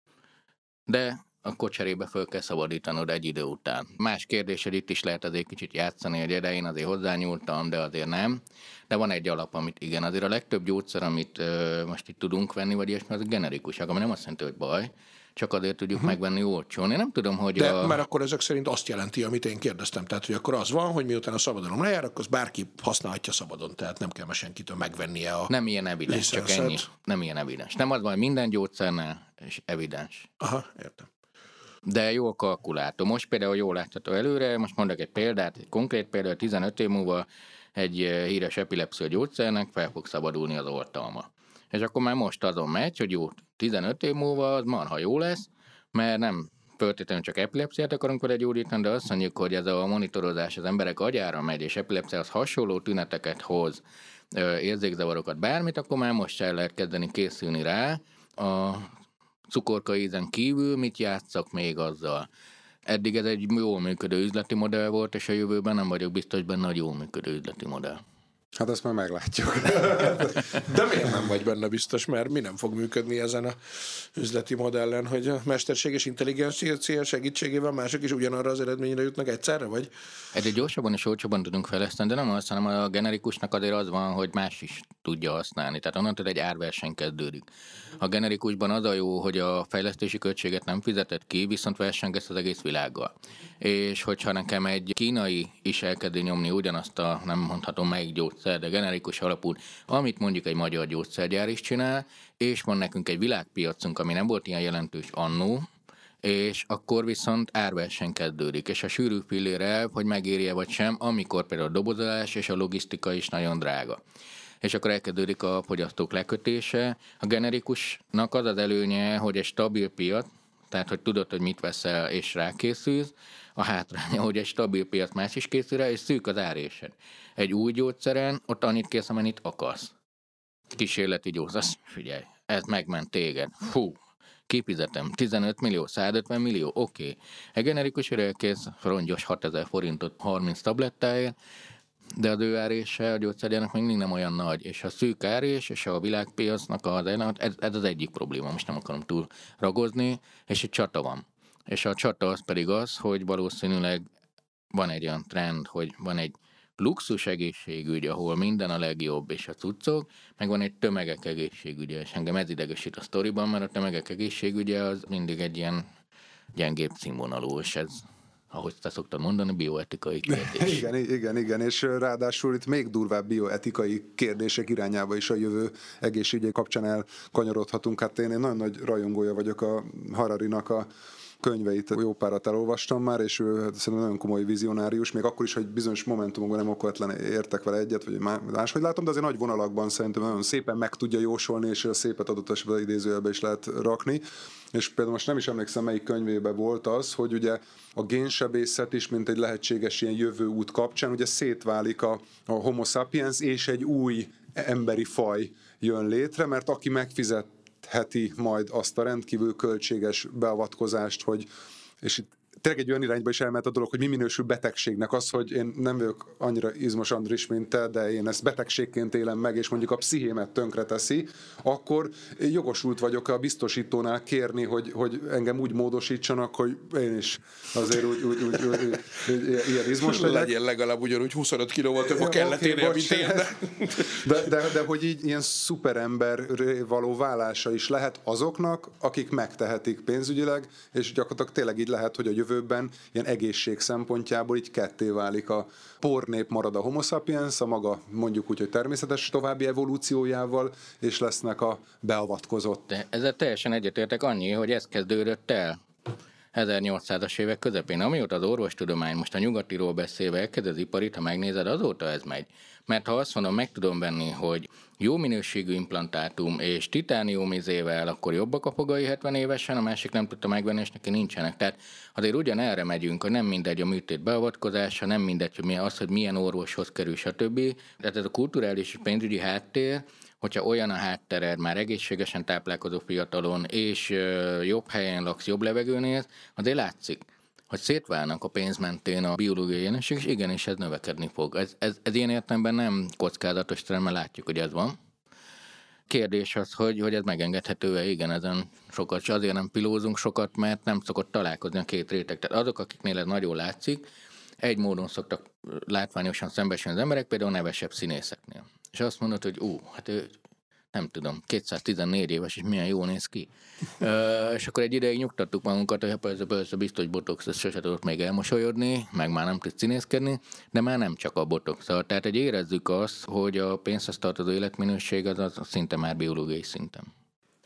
de akkor cserébe föl kell szabadítanod egy idő után. Más kérdésed, itt is lehet azért kicsit játszani, hogy én azért hozzányúltam, de azért nem. De van egy alap, amit igen, azért a legtöbb gyógyszer, amit most itt tudunk venni, vagy ilyesmi, az generikusak, ami nem azt jelenti, hogy baj, csak azért tudjuk megvenni olcsón. Én nem tudom, hogy de mert akkor ezek szerint azt jelenti, amit én kérdeztem. Tehát, hogy akkor az van, hogy miután a szabadalom lejár, akkor bárki használhatja szabadon, tehát nem kell senkitől megvennie a... Nem ilyen evidens, csak ennyi. Nem ilyen evidens. Nem az van, minden gyógyszernál és evidens. Aha, értem. De jó a kalkulátor. Most például jól látható előre, most mondok egy példát, egy konkrét példát, 15 év múlva egy híres epilepszia gyógyszernek fel fog szabadulni az oltalma. És akkor már most azon megy, hogy jó, 15 év múlva az marha jó lesz, mert nem feltétlenül csak epilepsziát akarunk vele gyógyítani, de azt mondjuk, hogy ez a monitorozás az emberek agyára megy, és epilepsziához hasonló tüneteket hoz, érzékzavarokat, bármit, akkor már most el lehet kezdeni készülni rá. A cukorka ízen kívül mit játsszak még azzal? Eddig ez egy jól működő üzleti modell volt, és a jövőben nem vagyok biztos benne, hogy jól működő üzleti modell. Hát ezt már meglátjuk. De miért nem vagy benne biztos, mert mi nem fog működni ezen a üzleti modellen, hogy a mesterséges intelligencia segítségével mások is ugyanarra az eredményre jutnak egyszerre, vagy? Egyre gyorsabban és olcsóbban tudunk fejleszteni, de nem az, hanem a generikusnak azért az van, hogy más is tudja használni. Tehát onnantól egy árverseny kezdődik. A generikusban az a jó, hogy a fejlesztési költséget nem fizetett ki, viszont versengesz az egész világgal. És hogyha nekem egy kínai is elkezdi nyomni ugyanazt a, nem mondhatom melyik gyógyszer, de generikus alapú, amit mondjuk egy magyar gyógyszergyár is csinál, és van nekünk egy világpiacunk, ami nem volt ilyen jelentős annó, és akkor viszont árverseny kezdődik, és a sűrű fillér elv, hogy megérje vagy sem, amikor például a dobozolás és a logisztika is nagyon drága. És akkor elkezdődik a fogyasztók lekötése. A generikusnak az az előnye, hogy egy stabil piac, tehát hogy tudod, hogy mit veszel és rákészülsz, a hátránya, hogy egy stabil piac más is készül rá, és szűk az árésed. Egy új gyógyszeren ott annyit kész, amennyit akarsz. Kísérleti gyógyszer, figyelj, ez megment téged. Fú, kifizetem 15 millió, 150 millió, oké. Egy generikus elkész rongyos 6000 forintot 30 tablettáért, de az ő árése a gyógyszergyárnak még nem olyan nagy, és a szűk árés és a világpiacnak ez az egyik probléma, most nem akarom túl ragozni, és egy csata van. És a csata az pedig az, hogy valószínűleg van egy olyan trend, hogy van egy luxus egészségügy, ahol minden a legjobb és a cuccok, meg van egy tömegek egészségügye, és engem ez idegesít a sztoriban, mert a tömegek egészségügye az mindig egy ilyen gyengébb színvonalú, és ez, ahogy te szoktad mondani, bioetikai kérdés. Igen, és ráadásul itt még durvább bioetikai kérdések irányába is a jövő egészségügyi kapcsán elkanyarodhatunk. Hát én nagyon nagy rajongója vagyok a Hararinak a könyveit, jó párat elolvastam már, és ő szerintem nagyon komoly vizionárius, még akkor is, hogy bizonyos momentumokban nem okvetlen értek vele egyet, vagy máshogy látom, de azért nagy vonalakban szerintem nagyon szépen meg tudja jósolni, és a szépet adott esetben idézőjelbe is lehet rakni. És például most nem is emlékszem, melyik könyvében volt az, hogy ugye a génsebészet is, mint egy lehetséges ilyen jövőút kapcsán, ugye szétválik a homo sapiens, és egy új emberi faj jön létre, mert aki megfizetheti majd azt a rendkívül költséges beavatkozást, hogy, és itt tényleg egy olyan irányba is elmehet a dolog, hogy mi minősül betegségnek. Az, hogy én nem vagyok annyira izmos Andris, mint te, de én ezt betegségként élem meg, és mondjuk a pszichémet tönkreteszi, akkor jogosult vagyok a biztosítónál kérni, hogy engem úgy módosítsanak, hogy én is azért úgy ilyen izmos legyek. Legyen legalább ugyanúgy 25 kilóval több a kelleténél, mint én. De hogy így ilyen szuperember való válása is lehet azoknak, akik megtehetik pénzügyileg, és gyakorlatilag tényleg így lehet, hogy a jövőben ilyen egészség szempontjából így ketté válik a pornép, marad a homo sapiens, a maga mondjuk úgy, hogy természetes további evolúciójával, és lesznek a beavatkozott. De ezzel teljesen egyetértek, annyi, hogy ez kezdődött el 1800-as évek közepén. Amióta az orvostudomány, most a nyugatiról beszélve elkezd az iparit, ha megnézed, azóta ez megy. Mert ha azt mondom, meg tudom venni, hogy jó minőségű implantátum és titániumizével, akkor jobbak a fogai 70 évesen, a másik nem tudta megvenni, és neki nincsenek. Tehát azért ugyan erre megyünk, hogy nem mindegy a műtét beavatkozása, nem mindegy, hogy az, hogy milyen orvoshoz kerül, stb. Tehát ez a kulturális és pénzügyi háttér, hogyha olyan a háttered, már egészségesen táplálkozó fiatalon, és jobb helyen laksz, jobb levegőn élsz, azért látszik, hogy szétválnak a pénz mentén a biológiai jelenség, és igenis ez növekedni fog. Ez ilyen értelemben nem kockázatos, mert látjuk, hogy ez van. Kérdés az, hogy ez megengedhető-e? Igen, ezen sokat, azért nem pilózunk sokat, mert nem szokott találkozni a két réteg. Tehát azok, akiknél ez nagyon látszik, egy módon szoktak látványosan szembesülni az emberek, például a nevesebb színészeknél. És azt mondod, hogy hát ő, nem tudom, 214 éves, és milyen jól néz ki. És akkor egy ideig nyugtattuk magunkat, hogy persze biztos, hogy botox, ezt sose tudott még elmosolyodni, meg már nem tud színészkedni, de már nem csak a botox. Tehát egy érezzük azt, hogy a pénzhez tartozó életminőség az szinte már biológiai szinten.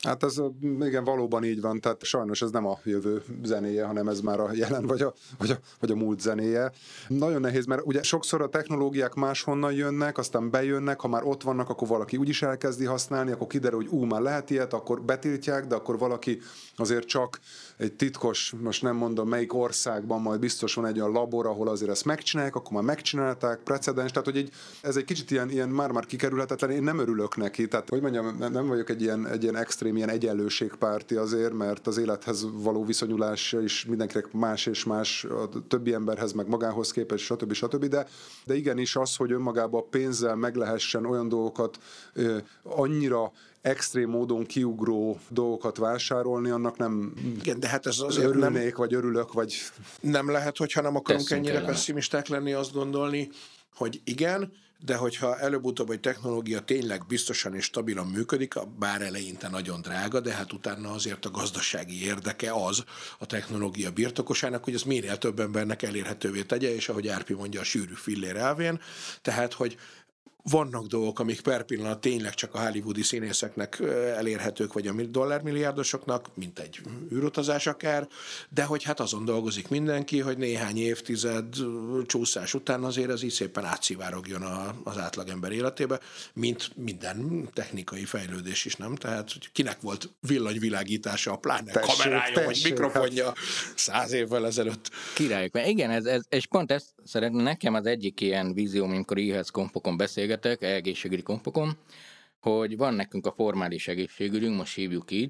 Hát ez igen, valóban így van, tehát sajnos ez nem a jövő zenéje, hanem ez már a jelen vagy a múlt zenéje. Nagyon nehéz, mert ugye sokszor a technológiák máshonnan jönnek, aztán bejönnek, ha már ott vannak, akkor valaki úgyis elkezdi használni, akkor kiderül, hogy már lehet ilyet, akkor betiltják, de akkor valaki azért csak egy titkos, most nem mondom melyik országban, majd biztos van egy olyan labor, ahol azért ezt megcsinálják, akkor már megcsinálták, precedens, tehát hogy ez egy kicsit ilyen már kikerülhetetlen, én nem örülök neki, tehát hogy mondjam, nem vagyok egy ilyen extrém, ilyen egyenlőségpárti azért, mert az élethez való viszonyulás is mindenkinek más és más, a többi emberhez, meg magához képest, stb. De igenis az, hogy önmagában a pénzzel meg lehessen olyan dolgokat annyira extrém módon kiugró dolgokat vásárolni, annak nem igen, de hát ez azért örülnék, vagy örülök, vagy... Nem lehet, hogyha nem akarunk ennyire pesszimisták lenni, azt gondolni, hogy igen, de hogyha előbb-utóbb egy technológia tényleg biztosan és stabilan működik, bár eleinte nagyon drága, de hát utána azért a gazdasági érdeke az a technológia birtokosának, hogy ez minél több embernek elérhetővé tegye, és ahogy Árpi mondja, a sűrű fillér elvén, tehát, hogy vannak dolgok, amik per pillanat tényleg csak a hollywoodi színészeknek elérhetők, vagy a dollármilliárdosoknak, mint egy űrutazás akár, de hogy hát azon dolgozik mindenki, hogy néhány évtized csúszás után azért ez így szépen átszivárogjon az átlagember életébe, mint minden technikai fejlődés is, nem? Tehát, hogy kinek volt villanyvilágítása, pláne kamerája, vagy mikrofonja 100 évvel ezelőtt. Királyok. Igen, ez, és pont ezt szeretném, nekem az egyik ilyen vízió, amikor e-health konfokon beszélgetek, egészségügyi konfokon, hogy van nekünk a formális egészségügyünk, most hívjuk így,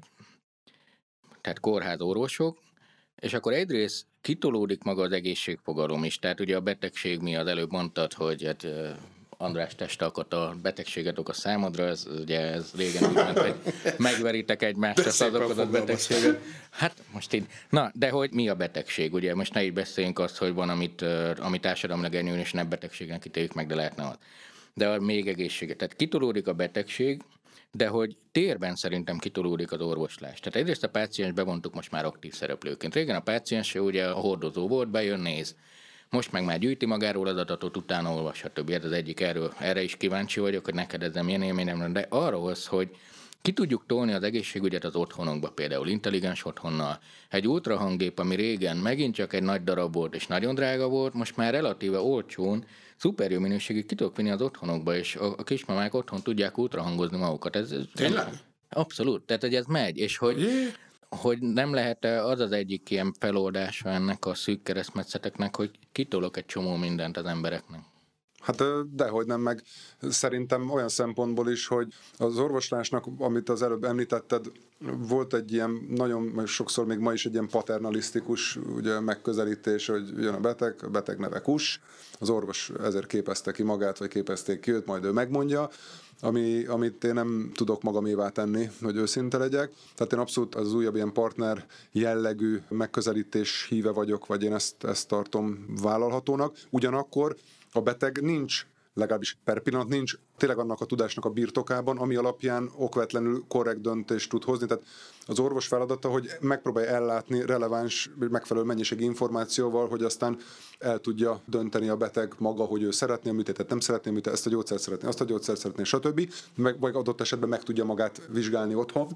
tehát kórház orvosok, és akkor egyrészt kitolódik maga az egészségfogalom is, tehát ugye a betegség miatt előbb mondtad, hogy hát András testalkat a betegséget a számodra, ez régen úgy ment, hogy megveritek egymást a szadokodott betegséget. Hát most így, na, de hogy mi a betegség, ugye? Most ne így beszéljünk azt, hogy van, amit társadalmilag előnyös, nem betegségen kitéljük meg, de lehetne az. De még egészséget. Tehát kitolódik a betegség, de hogy térben szerintem kitolódik az orvoslás. Tehát egyrészt a páciens bevontuk most már aktív szereplőként. Régen a páciens ugye a hordozó volt, bejön, néz. Most meg már gyűjti magáról az adatot, utána olvas, stb. Ez az egyik, erre is kíváncsi vagyok, hogy neked ez nem ilyen élményem, de arról, hogy ki tudjuk tolni az egészségügyet az otthonokba, például intelligens otthonnal. Egy ultrahanggép, ami régen megint csak egy nagy darab volt és nagyon drága volt, most már relatíve olcsón, szuper jó minőségű ki tudok vinni az otthonokba, és a kismamák otthon tudják ultrahangozni magukat. Tényleg? Abszolút, tehát hogy ez megy, és hogy nem lehet az az egyik ilyen feloldása ennek a szűk keresztmetszeteknek, hogy kitolok egy csomó mindent az embereknek. Hát dehogy nem, meg szerintem olyan szempontból is, hogy az orvoslásnak, amit az előbb említetted, volt egy ilyen nagyon, sokszor még ma is egy ilyen paternalisztikus ugye, megközelítés, hogy jön a beteg neve Kus, az orvos ezért képezte ki magát, vagy képezték ki őt, majd ő megmondja, amit én nem tudok magamévá tenni, hogy őszinte legyek. Tehát én abszolút az újabb ilyen partner jellegű megközelítés híve vagyok, vagy én ezt tartom vállalhatónak. Ugyanakkor a beteg nincs, legalábbis per pillanat nincs tényleg annak a tudásnak a birtokában, ami alapján okvetlenül korrekt döntést tud hozni. Tehát az orvos feladata, hogy megpróbálja ellátni releváns, megfelelő mennyiségű információval, hogy aztán el tudja dönteni a beteg maga, hogy ő szeretné a műtétet, nem szeretné a műtétet, ezt a gyógyszert szeretné, azt a gyógyszert szeretné, stb. Vagy adott esetben meg tudja magát vizsgálni otthon.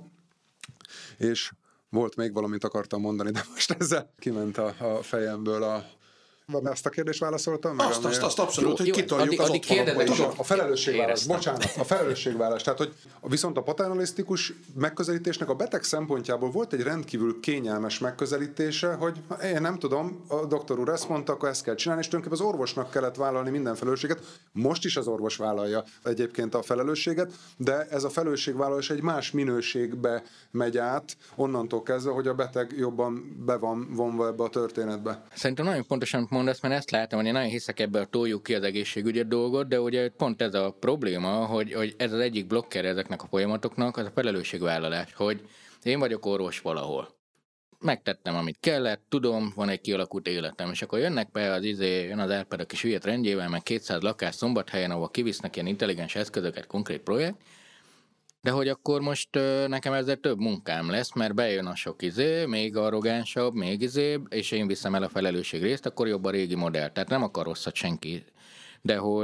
És volt még valamit akartam mondani, de most ezzel kiment a fejemből ezt a kérdést válaszoltam? Meg azt abszolút, hogy kitoljuk az otthonokba. A felelősségvállás, bocsánat, a felelősségvállás. Tehát, hogy viszont a paternalisztikus megközelítésnek a beteg szempontjából volt egy rendkívül kényelmes megközelítése, hogy én nem tudom, a doktor úr ezt mondta, akkor ezt kell csinálni, és tulajdonképpen az orvosnak kellett vállalni minden felelősséget. Most is az orvos vállalja egyébként a felelősséget, de ez a felelősségvállalás egy más minőségbe megy át, onnantól kezdve, hogy a beteg jobban be van vonva ebbe a történetbe. Szerintem nagyon pontosan mondasz, mert ezt látom, hogy én nagyon hiszek ebbe a toljuk ki az egészségügyi dolgot, de ugye pont ez a probléma, hogy ez az egyik blokker ezeknek a folyamatoknak, az a felelősségvállalás, hogy én vagyok orvos valahol. Megtettem, amit kellett, tudom, van egy kialakult életem, és akkor jönnek be jön az Árpád a kis hülyet rendjével, meg 200 lakás Szombathelyen, ahol kivisznek ilyen intelligens eszközöket, konkrét projekt, de hogy akkor most nekem ezzel több munkám lesz, mert bejön a sok még arrogánsabb, még és én viszem el a felelősség részt, akkor jobb a régi modell. Tehát nem akar rosszat senki. De hogy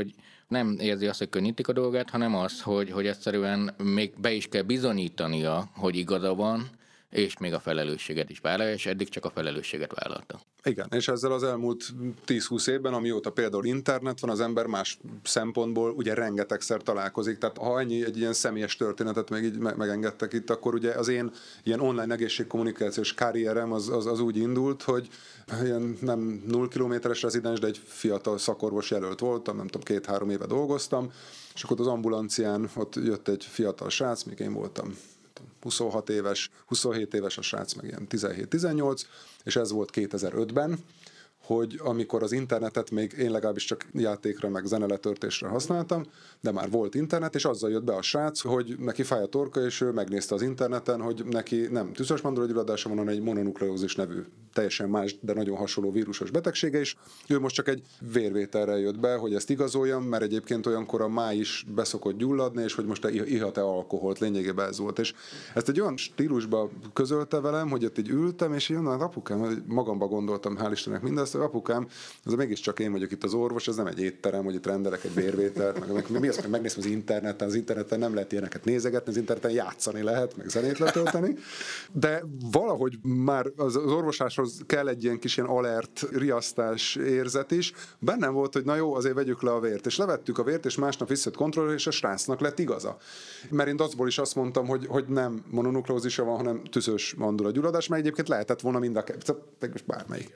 nem érzi azt, hogy könnyítik a dolgát, hanem az, hogy egyszerűen még be is kell bizonyítania, hogy igaza van, és még a felelősséget is vállalja, és eddig csak a felelősséget vállalta. Igen, és ezzel az elmúlt 10-20 évben, amióta például internet van, az ember más szempontból ugye rengetegszer találkozik, tehát ha egy ilyen személyes történetet még így megengedtek itt, akkor ugye az én ilyen online egészségkommunikációs karrierem az úgy indult, hogy ilyen nem 0 kilométeres rezidens, de egy fiatal szakorvos jelölt voltam, nem tudom, 2-3 éve dolgoztam, és akkor az ambulancián ott jött egy fiatal srác, még én voltam 26 éves, 27 éves a srác, meg ilyen 17-18, és ez volt 2005-ben, hogy amikor az internetet még én legalábbis csak játékra, meg zeneletörtésre használtam, de már volt internet, és azzal jött be a srác, hogy neki fáj a torka, és ő megnézte az interneten, hogy neki nem tüszös mandulagyulladása van, hanem egy mononukleózis nevű, teljesen más, de nagyon hasonló vírusos betegsége is. Ő most csak egy vérvételre jött be, hogy ezt igazoljam, mert egyébként olyankor a máj is beszokott gyulladni, és hogy most ihat-e alkoholt, lényegében ez volt. És ezt egy olyan stílusba közölte velem, hogy ott így ültem, és én apukám, magamba gondoltam, hál' Istennek mindezt, apukám, ez mégiscsak én vagyok itt az orvos, ez nem egy étterem, hogy itt rendelek egy vérvételt, mi azt megnézem az interneten nem lehet ilyeneket nézegetni, az interneten játszani lehet, meg zenét letölteni, de valahogy már az orvosláshoz kell egy ilyen kis ilyen alert, riasztás érzet is. Bennem volt, hogy na jó, azért vegyük le a vért, és levettük a vért, és másnap visszajött kontrollőr, és a srácnak lett igaza. Mert én azból is azt mondtam, hogy nem mononukleózisa van, hanem tüszös mandulagyulladás, mert egyébként lehetett volna mind a bármelyik.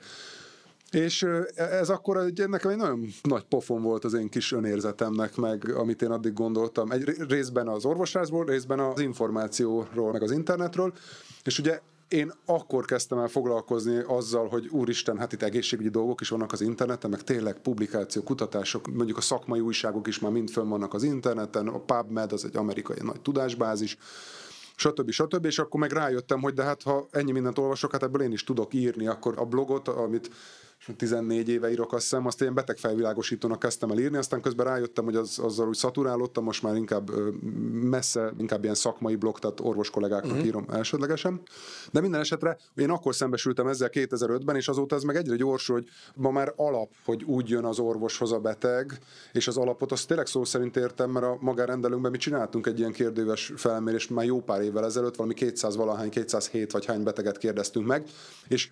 És ez akkor nekem egy nagyon nagy pofon volt az én kis önérzetemnek, meg amit én addig gondoltam. Egy részben az orvoslásból, részben az információról, meg az internetről. És ugye én akkor kezdtem el foglalkozni azzal, hogy úristen, hát itt egészségügyi dolgok is vannak az interneten, meg tényleg publikációk, kutatások, mondjuk a szakmai újságok is már mind fönn vannak az interneten, a PubMed, az egy amerikai nagy tudásbázis, stb. És akkor meg rájöttem, hogy de hát ha ennyi mindent olvasok, hát ebből én is tudok írni, akkor a blogot, amit 14 éve írok, azt hiszem, azt ilyen betegfelvilágosítónak kezdtem el írni, aztán közben rájöttem, hogy azzal úgy szaturálódtam, most már inkább inkább ilyen szakmai blog, tehát orvos kollégáknak írom elsődlegesen. De minden esetre én akkor szembesültem ezzel 2005-ben, és azóta ez meg egyre gyorsul, hogy ma már alap, hogy úgy jön az orvoshoz a beteg, és az alapot azt tényleg szó szerint értem, mert a magánrendelőnkben mi csináltunk egy ilyen kérdőves felmérést már jó pár évvel ezelőtt, valami 207 vagy hány beteget kérdeztünk meg, és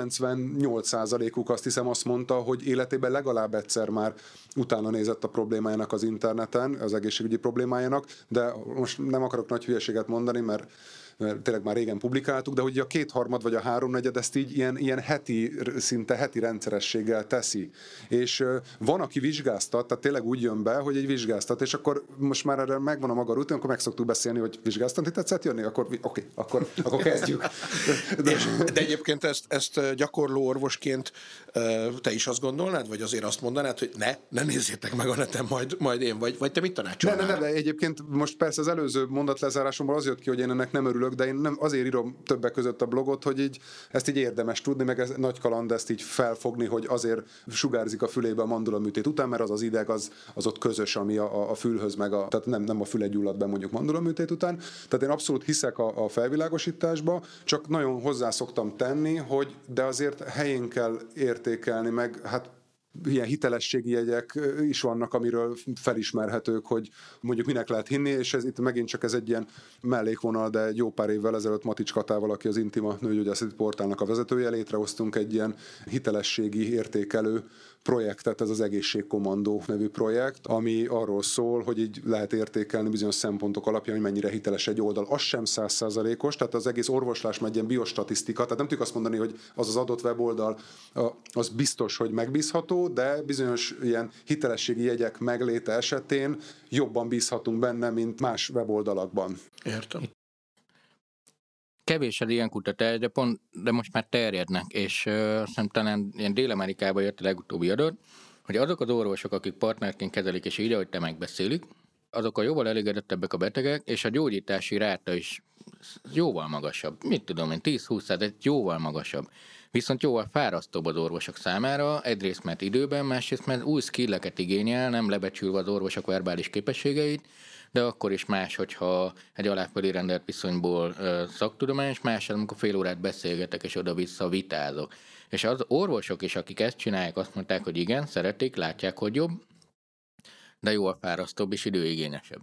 98%-uk azt hiszem azt mondta, hogy életében legalább egyszer már utána nézett a problémájának az interneten, az egészségügyi problémájának, de most nem akarok nagy hülyeséget mondani, mert tényleg már régen publikáltuk, de hogy a 2/3 vagy a 3/4 ezt így ilyen szinte heti rendszerességgel teszi. És van, aki vizsgáztat, tehát tényleg úgy jön be, hogy egy vizsgáztat, és akkor most már erre megvan a maga rutin, akkor meg szoktuk beszélni, hogy vizsgáztatni tetszett jönni, akkor oké, akkor kezdjük. De egyébként ezt gyakorló orvosként te is azt gondolnád, vagy azért azt mondanád, hogy ne nézzétek meg a neten, majd én, vagy te mit tanácsolnál? Ne, de egyébként most persze az előző mondatlezárásomból az jött ki, hogy én ennek nem örülök, de én nem azért írom többek között a blogot, hogy így ezt így érdemes tudni, meg ez nagy kaland ezt így felfogni, hogy azért sugárzik a fülébe a mandulaműtét után, mert az ideg az ott közös, ami a fülhöz meg tehát nem a füle gyullad be mondjuk mandulaműtét után. Tehát én abszolút hiszek a felvilágosításba, csak nagyon hozzá szoktam tenni, hogy de azért helyén kell értékelni, meg hát ilyen hitelességi jegyek is vannak, amiről felismerhetők, hogy mondjuk minek lehet hinni, és ez itt megint csak ez egy ilyen mellékvonal, de egy jó pár évvel ezelőtt Matics Katával, aki az Intima nőgyógyászati portálnak a vezetője, létrehoztunk egy ilyen hitelességi értékelő projektet, ez az Egészségkommandó nevű projekt, ami arról szól, hogy így lehet értékelni bizonyos szempontok alapján, hogy mennyire hiteles egy oldal. Az sem 100%-os, tehát az egész orvoslás megy ilyen biostatisztika, tehát nem tudjuk azt mondani, hogy az adott weboldal az biztos, hogy megbízható, de bizonyos ilyen hitelességi jegyek megléte esetén jobban bízhatunk benne, mint más weboldalakban. Értem. Kevés az ilyen kutatás, de most már terjednek, és azt hiszem talán ilyen Dél-Amerikában jött a legutóbbi adat, hogy azok az orvosok, akik partnerként kezelik, és így, ahogy te megbeszélik, azok a jóval elégedettebbek a betegek, és a gyógyítási ráta is jóval magasabb. Mit tudom én, 10-20%, jóval magasabb. Viszont jóval fárasztóbb az orvosok számára, egyrészt mert időben, másrészt mert új skilleket igényel, nem lebecsülve az orvosok verbális képességeit, de akkor is más, hogyha egy aláfelé rendelt viszonyból szaktudományos, más, amikor fél órát beszélgetek és oda-vissza vitázok. És az orvosok is, akik ezt csinálják, azt mondták, hogy igen, szeretik, látják, hogy jobb, de jóval fárasztóbb és időigényesebb.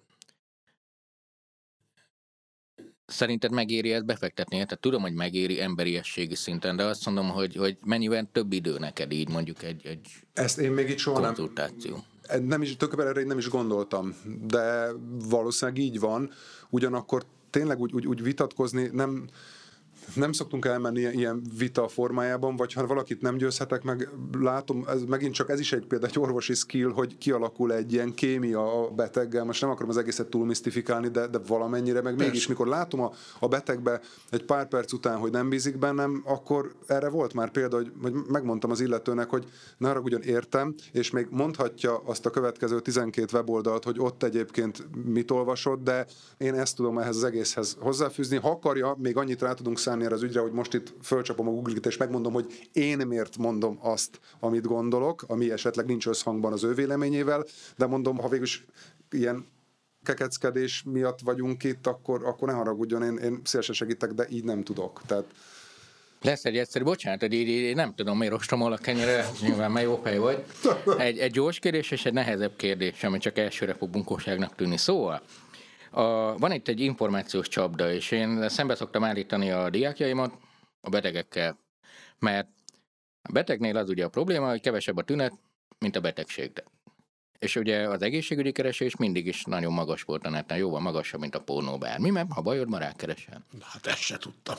Szerinted megéri ezt befektetni? Tehát tudom, hogy megéri emberiességi szinten, de azt mondom, hogy mennyivel több idő neked így mondjuk egy ezt én még itt soha konzultáció. Nem is, tökéletesen erre nem is gondoltam, de valószínűleg így van, ugyanakkor tényleg úgy vitatkozni nem szoktunk elmenni ilyen vita formájában, vagy ha valakit nem győzhetek meg, látom, megint csak ez is egy orvosi skill, hogy kialakul egy ilyen kémia a beteggel, most nem akarom az egészet túl misztifikálni, de valamennyire, meg mégis, mikor látom a betegbe egy pár perc után, hogy nem bízik bennem, akkor erre volt már példa, hogy megmondtam az illetőnek, hogy ne haragudjon, értem, és még mondhatja azt a következő 12 weboldalt, hogy ott egyébként mit olvasott, de én ezt tudom ehhez az egészhez hozzáfűzni. Ha akarja, még annyit rá tudunk szállni erre az ügyre, hogy most itt fölcsapom a Google-t, és megmondom, hogy én miért mondom azt, amit gondolok, ami esetleg nincs összhangban az ő véleményével, de mondom, ha végülis ilyen kekeckedés miatt vagyunk itt, akkor ne haragudjon, én szívesen segítek, de így nem tudok. Tehát lesz egy egyszerű, bocsánat, hogy így nem tudom, miért ostromol a kenyere, nyilván már jó fej vagy. Egy gyors kérdés és egy nehezebb kérdés, ami csak elsőre fog bunkóságnak tűnni. Szóval, van itt egy információs csapda, és én szembe szoktam állítani a diákjaimat a betegekkel, mert a betegnél az ugye a probléma, hogy kevesebb a tünet, mint a betegség. És ugye az egészségügyi keresés mindig is nagyon magas volt a neten, jóval magasabb, mint a pornó bármi, mert ha bajod, ma rákeresel. Hát ezt se tudtam.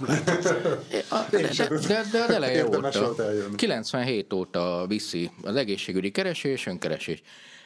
De az eleje óta, 97 óta viszi az egészségügyi keresés, önkeresés.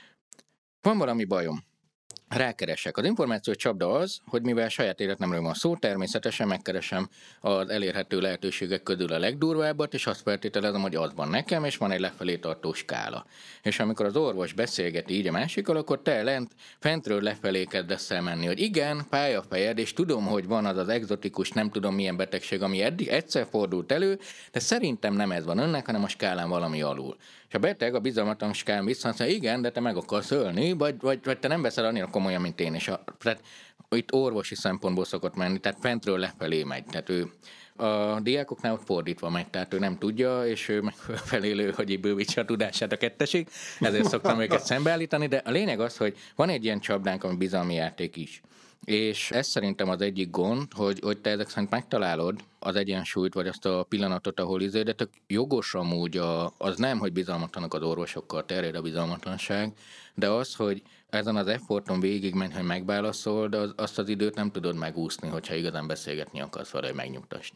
Van valami bajom. Rákeresek. Az információs csapda az, hogy mivel saját életemről van szó, természetesen megkeresem az elérhető lehetőségek közül a legdurvábbat, és azt feltételezem, hogy az van nekem, és van egy lefelé tartó skála. És amikor az orvos beszélgeti így a másikkal, akkor te fentről lefelé kezdesz el menni, hogy igen, fáj a fejed, és tudom, hogy van az egzotikus, nem tudom milyen betegség, ami eddig egyszer fordult elő, de szerintem nem ez van önnek, hanem a skálán valami alul. És a beteg a bizalmatlan skálán vissza, igen, de te meg akarsz ölni, vagy te nem veszel annyira komolyan, mint én. És tehát itt orvosi szempontból szokott menni, tehát fentről lefelé megy. Tehát ő a diákoknál ott fordítva megy, tehát ő nem tudja, és ő meg felélő, hogy bővítse a tudását a kettesig, ezért szoktam őket szembeállítani, de a lényeg az, hogy van egy ilyen csapdánk, ami bizalmi játék is. És ez szerintem az egyik gond, hogy te ezek szerint megtalálod az egyensúlyt, vagy azt a pillanatot, ahol de tök jogos amúgy az nem, hogy bizalmatlanak az orvosokkal, terjed a bizalmatlanság, de az, hogy ezen az efforton végigmenj, hogy megválaszol, de azt az időt nem tudod megúszni, hogyha igazán beszélgetni akarsz vele, hogy megnyugtass.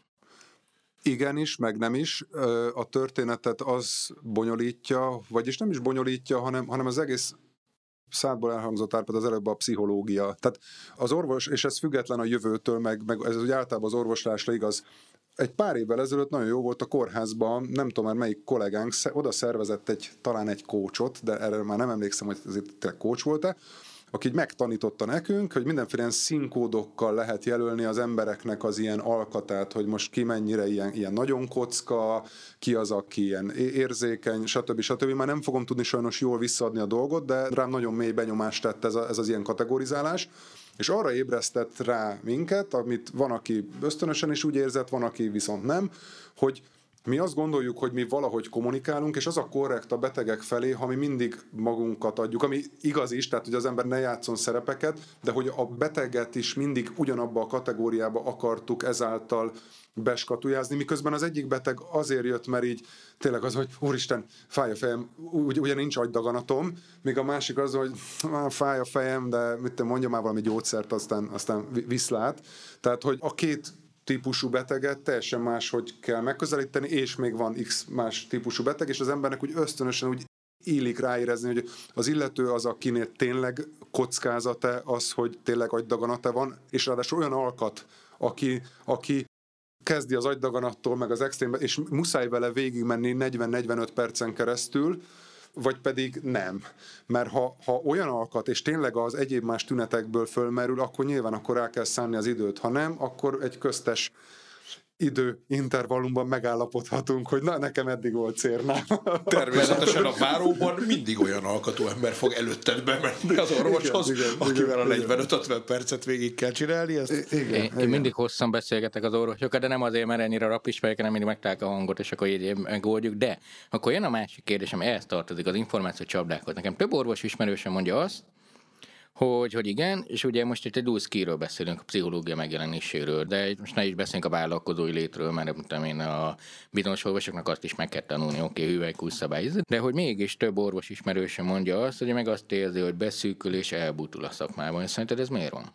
Igenis, meg nem is. A történetet az bonyolítja, vagyis nem is bonyolítja, hanem az egész szádból elhangzott Árpád az előbb a pszichológia. Tehát az orvos, és ez független a jövőtől, meg ez úgy általában az orvoslásra igaz. Egy pár évvel ezelőtt nagyon jó volt a kórházban, nem tudom már melyik kollégánk, oda szervezett talán egy coachot, de erre már nem emlékszem, hogy ez tényleg coach volt-e, aki így megtanította nekünk, hogy mindenféle ilyen színkódokkal lehet jelölni az embereknek az ilyen alkatát, hogy most ki mennyire ilyen nagyon kocka, ki az, aki ilyen érzékeny, stb. Már nem fogom tudni sajnos jól visszaadni a dolgot, de rám nagyon mély benyomást tett ez az ilyen kategorizálás, és arra ébresztett rá minket, amit van, aki ösztönösen is úgy érzett, van, aki viszont nem, hogy mi azt gondoljuk, hogy mi valahogy kommunikálunk, és az a korrekt a betegek felé, ha mi mindig magunkat adjuk, ami igaz is, tehát hogy az ember ne játszon szerepeket, de hogy a beteget is mindig ugyanabba a kategóriába akartuk ezáltal beskatujázni, miközben az egyik beteg azért jött, mert így tényleg az, hogy úristen, fáj a fejem, ugye nincs agydaganatom, míg a másik az, hogy fáj a fejem, de mit mondja már valami gyógyszert, aztán viszlát. Tehát, hogy a két típusú beteget teljesen máshogy kell megközelíteni, és még van x más típusú beteg, és az embernek úgy ösztönösen úgy illik ráérezni, hogy az illető az, akinél tényleg kockázata az, hogy tényleg agydaganata van, és ráadásul olyan alkat, aki kezdi az agydaganattól, meg az extrém, és muszáj vele végigmenni 40-45 percen keresztül, vagy pedig nem. Mert ha olyan alkat, és tényleg az egyéb más tünetekből fölmerül, akkor nyilván akkor rá kell szánni az időt. Ha nem, akkor egy köztes időintervallumban megállapodhatunk, hogy na, nekem eddig volt cérnám. Természetesen a váróban mindig olyan alkatú ember fog előtted bemenni az orvoshoz, akivel a 45-50 percet végig kell csinálni. Én mindig hosszan beszélgetek az orvosokkal, de nem azért, mert ennyire rapis vagyok, hanem mindig megtalálok a hangot, és akkor így megoldjuk. De akkor jön a másik kérdésem, ehhez tartozik az információ csapdákhoz. Nekem több orvos ismerősen mondja azt, hogy igen, és ugye most itt egy dual skill-ről beszélünk, a pszichológia megjelenéséről, de most ne is beszélünk a vállalkozói létről, mert tudom én, a bizonyos orvosoknak azt is meg kell tanulni, oké, hüvelykúj szabály, de hogy mégis több orvos ismerősen mondja azt, hogy meg azt érzi, hogy beszűkül és elbutul a szakmában. És szerinted ez miért van?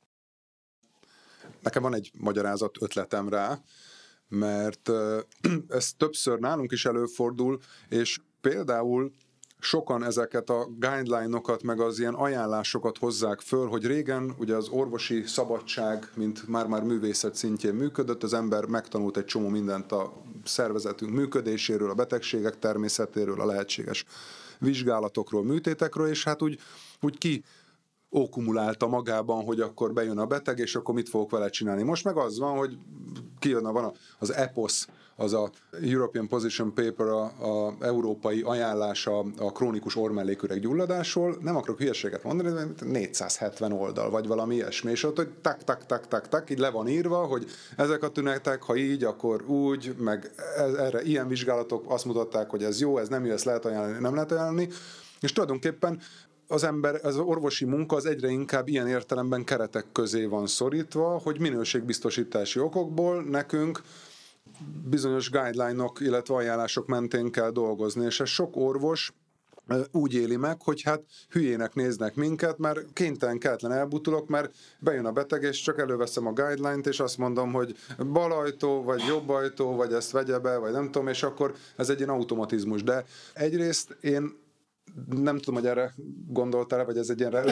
Nekem van egy magyarázat ötletem rá, mert ez többször nálunk is előfordul, és például sokan ezeket a guideline-okat, meg az ilyen ajánlásokat hozzák föl, hogy régen ugye az orvosi szabadság, mint már művészet szintjén működött, az ember megtanult egy csomó mindent a szervezetünk működéséről, a betegségek természetéről, a lehetséges vizsgálatokról, műtétekről, és hát úgy ki okkumulálta magában, hogy akkor bejön a beteg, és akkor mit fogok vele csinálni. Most meg az van, hogy van az EPOS, az a European Position Paper, a európai ajánlása a krónikus orrmelléküreg gyulladásról. Nem akarok hülyeséget mondani, de 470 oldal, vagy valami ilyesmi, és ott, hogy tak, így le van írva, hogy ezek a tünetek, ha így, akkor úgy, meg erre ilyen vizsgálatok azt mutatták, hogy ez jó, ez nem jó, ezt lehet ajánlani, nem lehet ajánlani, és tulajdonképpen az orvosi munka az egyre inkább ilyen értelemben keretek közé van szorítva, hogy minőségbiztosítási okokból nekünk bizonyos guideline-ok, illetve ajánlások mentén kell dolgozni, és ez sok orvos úgy éli meg, hogy hát hülyének néznek minket, mert kelletlen elbutulok, mert bejön a beteg, és csak előveszem a guideline-t, és azt mondom, hogy bal ajtó, vagy jobb ajtó, vagy ezt vegye be, vagy nem tudom, és akkor ez egy ilyen automatizmus. De egyrészt én nem tudom, hogy erre gondoltál, vagy ez egy ilyen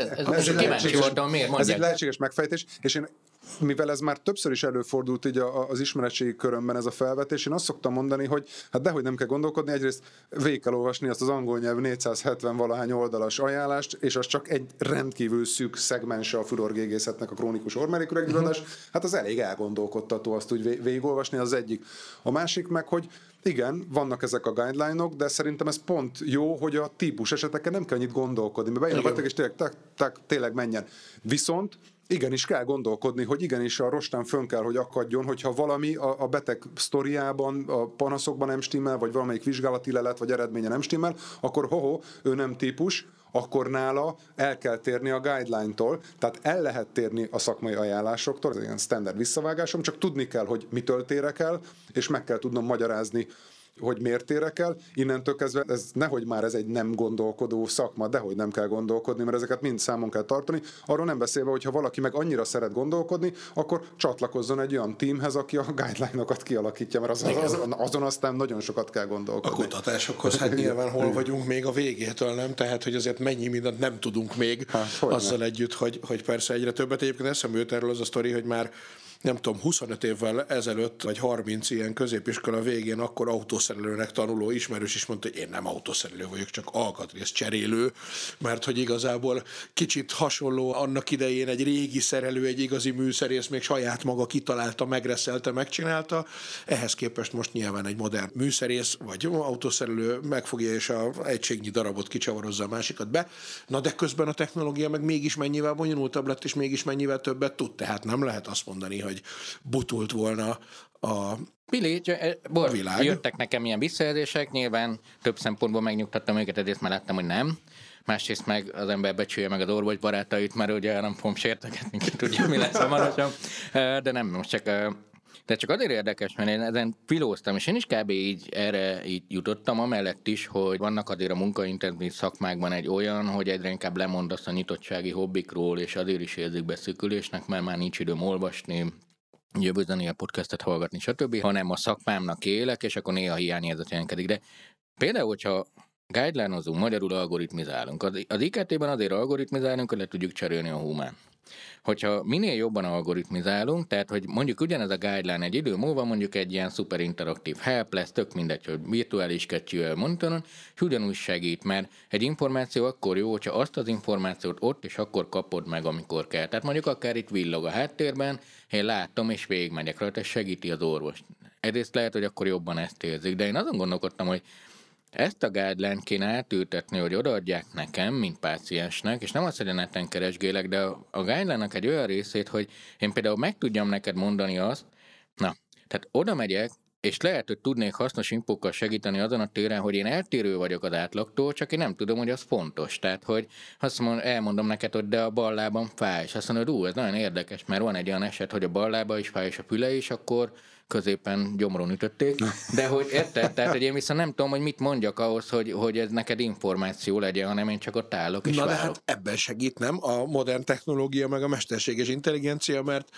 ez egy lehetséges megfejtés, és én, mivel ez már többször is előfordult így az ismeretségi körömben ez a felvetés, én azt szoktam mondani, hogy hát dehogy nem kell gondolkodni, egyrészt végig kell olvasni azt az angol nyelvű 470 valahány oldalas ajánlást, és az csak egy rendkívül szűk szegmense a fürorgégészetnek a krónikus orrmelléküreggyulladás, hát az elég elgondolkodtató azt úgy végigolvasni, az egyik. A másik meg, hogy igen, vannak ezek a guideline-ok, de szerintem ez pont jó, hogy a típus eseteken nem kell annyit gondolkodni, mert bejön a beteg, és tényleg menjen. Viszont igenis kell gondolkodni, hogy igenis a rostán fönn kell, hogy akadjon, hogyha valami a beteg sztoriában, a panaszokban nem stimmel, vagy valamelyik vizsgálati lelet, vagy eredménye nem stimmel, akkor ő nem típus, akkor nála el kell térni a guideline-tól, tehát el lehet térni a szakmai ajánlásoktól, ez ilyen standard visszavágásom, csak tudni kell, hogy mitől térek el, és meg kell tudnom magyarázni, hogy miért térek el. Innentől kezdve nehogy már ez egy nem gondolkodó szakma, dehogy nem kell gondolkodni, mert ezeket mind számon kell tartani. Arról nem beszélve, hogyha valaki meg annyira szeret gondolkodni, akkor csatlakozzon egy olyan teamhez, aki a guideline-okat kialakítja, mert azon aztán nagyon sokat kell gondolkodni. A kutatásokhoz hát nyilván hol vagyunk még a végétől, nem? Tehát, hogy azért mennyi mindent nem tudunk még azzal együtt, hogy persze egyre többet. Egyébként eszembe jut erről az a sztori, hogy már nem tudom, 25 évvel ezelőtt, vagy 30 ilyen középiskola végén akkor autószerelőnek tanuló ismerős is mondta, hogy én nem autószerelő vagyok, csak alkatrész cserélő, mert hogy igazából kicsit hasonló annak idején egy régi szerelő, egy igazi műszerész még saját maga kitalálta, megreszelte, megcsinálta. Ehhez képest most nyilván egy modern műszerész, vagy autószerelő megfogja és a egységnyi darabot kicsavarozza a másikat be. Na de közben a technológia meg mégis mennyivel bonyolultabb lett, és mégis mennyivel többet tud. Tehát nem lehet azt mondani, hogy butult volna a világ. Jöttek nekem ilyen visszajelzések, nyilván több szempontból megnyugtattam őket, egyrészt már láttam, hogy nem. Másrészt meg az ember becsülje meg az orvos barátait, mert ugye nem fogom sértegetni, ki tudja, mi lesz hamarosan. De nem, most csak... De csak azért érdekes, mert én ezen filóztam, és én is kb. Erre jutottam, amellett is, hogy vannak azért a munkaintenzív szakmákban egy olyan, hogy egyre inkább lemondasz a nyitottsági hobbikról, és azért is érzik beszűkülésnek, mert már nincs időm olvasni, jövőzeni a podcastet hallgatni, stb., hanem a szakmámnak élek, és akkor néha hiányérzet jelentkezik. De például, hogyha guideline-ozunk, magyarul algoritmizálunk. Az IKT-ben azért algoritmizálunk, hogy le tudjuk cserélni a humán. hogyha minél jobban algoritmizálunk, tehát hogy mondjuk ugyanez a guideline egy idő múlva mondjuk egy ilyen szuper interaktív help lesz, tök mindegy, hogy virtuális kettővel monitoron, és ugyanúgy segít, mert egy információ akkor jó, hogyha azt az információt ott és akkor kapod meg, amikor kell. Tehát mondjuk akár itt villog a háttérben, én látom és végigmegyek rajta, és segíti az orvost. Egyrészt lehet, hogy akkor jobban ezt érzik, de én azon gondolkodtam, hogy ezt a guideline kéne átültetni, hogy odaadják nekem, mint páciensnek, és nem azt, hogy a neten keresgélek, de a guideline-nak egy olyan részét, hogy én például meg tudjam neked mondani azt, tehát oda megyek, és lehet, hogy tudnék hasznos inpukkal segíteni azon a téren, hogy én eltérő vagyok az átlagtól, csak én nem tudom, hogy az fontos. Tehát, hogy elmondom neked, hogy de a bal lábam fáj, és azt mondod, ez nagyon érdekes, mert van egy olyan eset, hogy a bal lába is fáj, és a füle is, akkor középen gyomron ütötték, de hogy érted? Tehát, hogy én viszont nem tudom, hogy mit mondjak ahhoz, hogy ez neked információ legyen, hanem én csak ott állok és várok. De hát ebben segít, nem? A modern technológia meg a mesterséges intelligencia, mert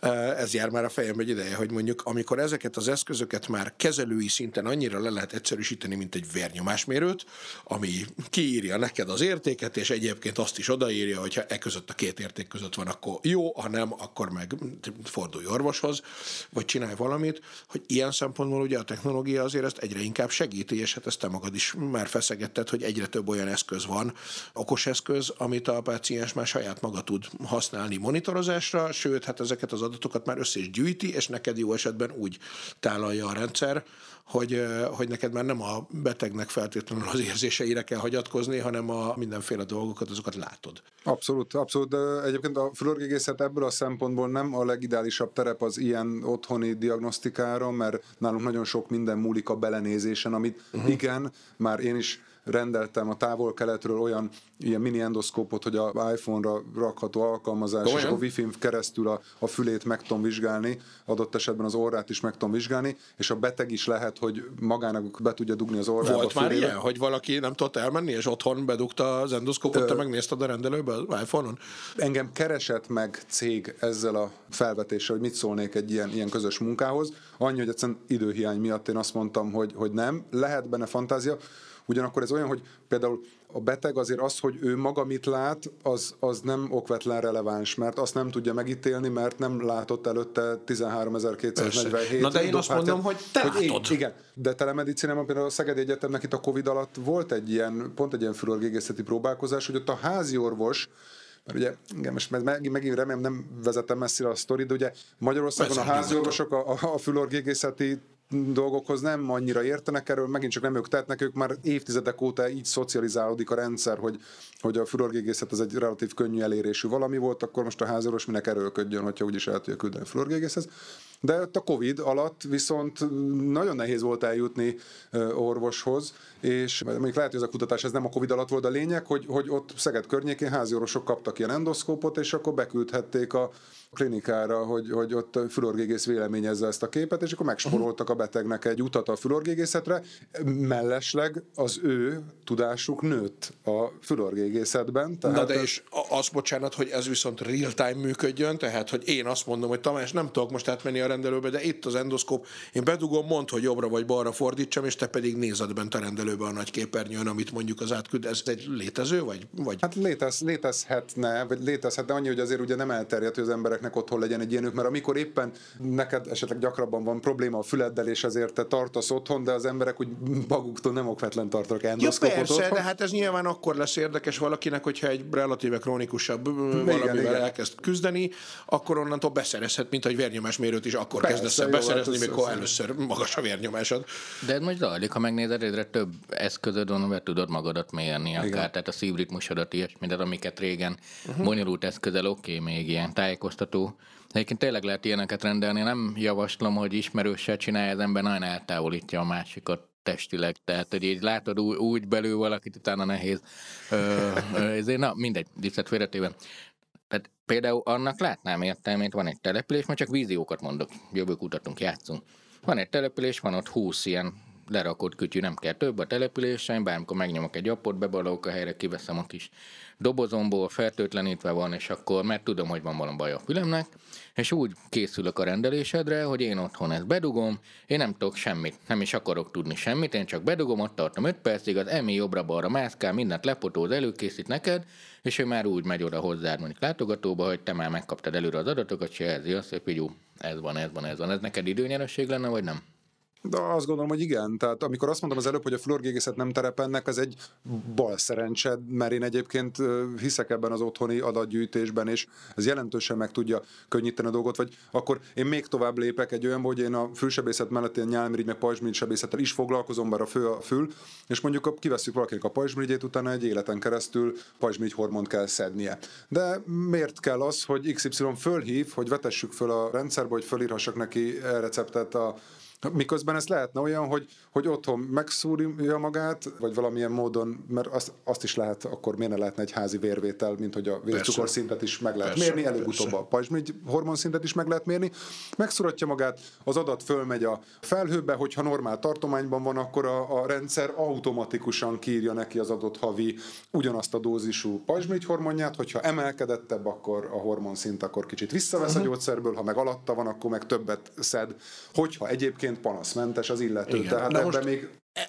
ez jár már a fejembe egy ideje, hogy mondjuk amikor ezeket az eszközöket már kezelői szinten annyira le lehet egyszerűsíteni, mint egy vérnyomásmérőt, ami kiírja neked az értéket, és egyébként azt is odaírja, hogyha között a két érték között van, akkor jó, ha nem, akkor meg fordulj orvoshoz, vagy csinálj valamit, hogy ilyen szempontból ugye a technológia azért ezt egyre inkább segíti, és hát ezt te magad is már feszegetted, hogy egyre több olyan eszköz van, okos eszköz, amit a páciens már saját maga tud használni monitorozásra, sőt, hát ezeket az adatokat már össze is gyűjti, és neked jó esetben úgy tálalja a rendszer, hogy neked már nem a betegnek feltétlenül az érzéseire kell hagyatkozni, hanem a mindenféle dolgokat, azokat látod. Abszolút, abszolút. De egyébként a fülorgégészet ebből a szempontból nem a legideálisabb terep az ilyen otthoni diagnosztikára, mert nálunk nagyon sok minden múlik a belenézésen, amit igen, már én is rendeltem a távol-keletről olyan ilyen mini endoszkópot, hogy a iPhone-ra rakható alkalmazás, és a Wi-Fi-n keresztül a fülét meg tudom vizsgálni, adott esetben az orrát is meg tudom vizsgálni, és a beteg is lehet, hogy magának be tudja dugni az orrába. Volt már ilyen, hogy valaki nem tudott elmenni, és otthon bedugta az endoszkópot, te megnézted a rendelőbe az iPhone-on? Engem keresett meg cég ezzel a felvetéssel, hogy mit szólnék egy ilyen közös munkához. Annyi, hogy egyszerűen időhiány miatt én azt mondtam, hogy nem. Lehet benne fantázia. Ugyanakkor ez olyan, hogy például a beteg azért az, hogy ő maga mit lát, az nem okvetlen releváns, mert azt nem tudja megítélni, mert nem látott előtte 13.247. Na de én azt mondom, hogy te látod. Igen, de telemedicinában például a Szegedi Egyetemnek itt a Covid alatt volt pont egy ilyen fülorgégészeti próbálkozás, hogy ott a házi orvos, mert ugye, igen, most megint remélem nem vezetem messzire a sztorit, de ugye Magyarországon a háziorvosok a fülorgégészeti dolgokhoz nem annyira értenek erről, megint csak nem ők tehetnek, ők már évtizedek óta így szocializálódik a rendszer, hogy a fülorgégészet az egy relatív könnyű elérésű valami volt, akkor most a háziorvos minek erőlködjön, hogyha úgyis el tudja küldeni fülorgégészhez. De ott a Covid alatt viszont nagyon nehéz volt eljutni orvoshoz, és mondjuk lehet, hogy ez a kutatás ez nem a Covid alatt volt a lényeg, hogy ott Szeged környékén háziorvosok kaptak ilyen endoszkópot, és akkor beküldhették a klinikára, hogy ott fülorgégész véleményezze ezt a képet, és akkor megsporoltak a betegnek egy utat a fülorgégészetre. Mellesleg az ő tudásuk nőtt a fülorgégészetben. Na de és azt bocsánat, hogy ez viszont real-time működjön, tehát hogy én azt mondom, hogy Tamás, nem tudok most átmenni a rendelőbe, de itt az endoszkóp, én bedugom, mondd, hogy jobbra vagy balra fordítsam, és te pedig nézed bent a rendelőbe a nagy képernyőn, amit mondjuk az átküld. Ez egy létező, vagy? Hát létezhetne, annyi, hogy azért ugye nem elterjedt, hogy az embereknek otthon legyen egy ilyenük, mert amikor éppen neked esetleg gyakrabban van probléma a füleddel, és ezért te tartasz otthon, de az emberek úgy maguktól nem okvetlen tartanak endoszkópot persze, otthon. de hát ez nyilván akkor lesz érdekes valakinek, hogyha egy relatíve krónikusabb valamivel elkezd küzdeni, akkor onnantól beszerezhet, mint egy vérnyomásmérőt is akkor kezdesz el beszerezni, mikor először magas a vérnyomásod. De ez most zajlik, ha megnézed, egyre több eszközöd van, mert tudod magadat mérni, akár, tehát a szívritmusodat, ilyesmi, amiket régen bonyolult eszközel, még ilyen tájékoztató. Egyébként tényleg lehet ilyeneket rendelni, nem javaslom, hogy ismerőssel csinálja, az ember nagyon eltávolítja a másikat testileg, tehát hogy így látod úgy belül valakit, utána nehéz. Ezért, na mindegy, viccet félretéve. Tehát például annak látnám értelmét, van egy település, most csak víziókat mondok, jövőkutatunk, játszunk. Van egy település, van ott 20 ilyen lerakott kütyű, nem kell több a településen, bármikor megnyomok egy appot, bebalogok a helyre, kiveszem a kis dobozomból, fertőtlenítve van, és akkor mert tudom, hogy van valami baj a fülemnek, és úgy készülök a rendelésedre, hogy én otthon ezt bedugom, én nem tudok semmit, nem is akarok tudni semmit, én csak bedugom, ott tartom 5 percig, az Emi jobbra-balra mászkál, mindent lefotóz, előkészít neked, és ő már úgy megy oda hozzád, mondjuk látogatóba, hogy te már megkaptad előre az adatokat, és jelzi azt, hogy figyú, ez van. Ez neked időnyeresség lenne, vagy nem? De azt gondolom, hogy igen. Tehát amikor azt mondtam az előbb, hogy a fluorgégészet nem terepennek, ez egy bal szerencse, mert én egyébként hiszek ebben az otthoni adatgyűjtésben, és ez jelentősen meg tudja könnyíteni a dolgot, vagy akkor én még tovább lépek egy olyan, hogy én a fülsebészet mellett ilyen nyálmirigy, meg pajzsmirigy sebészettel is foglalkozom, bár a fő a fül, és mondjuk kivesszük valakinek a pajzsmirigyét, utána egy életen keresztül pajzsmirigy hormont kell szednie. De miért kell az, hogy XY fölhív, hogy vetessük föl a rendszerbe, hogy fölírhassak neki receptet miközben ez lehetne olyan, hogy otthon megszúrja magát, vagy valamilyen módon, mert azt is lehet, akkor miért ne lehetne egy házi vérvétel, mint hogy a vércukorszintet is meg lehet mérni, előbb-utóbb a pajzsmirigy hormonszintet is meg lehet mérni. Megszúratja magát, az adat fölmegy a felhőbe, hogyha normál tartományban van, akkor a rendszer automatikusan kiírja neki az adott havi ugyanazt a dózisú pajzsmirigy hormonját, hogyha emelkedettebb, akkor a hormonszint akkor kicsit visszavesz a gyógyszerből, ha meg alatta van, akkor meg többet szed, hogyha egyébként panaszmentes az illető. Igen. Tehát ebben még...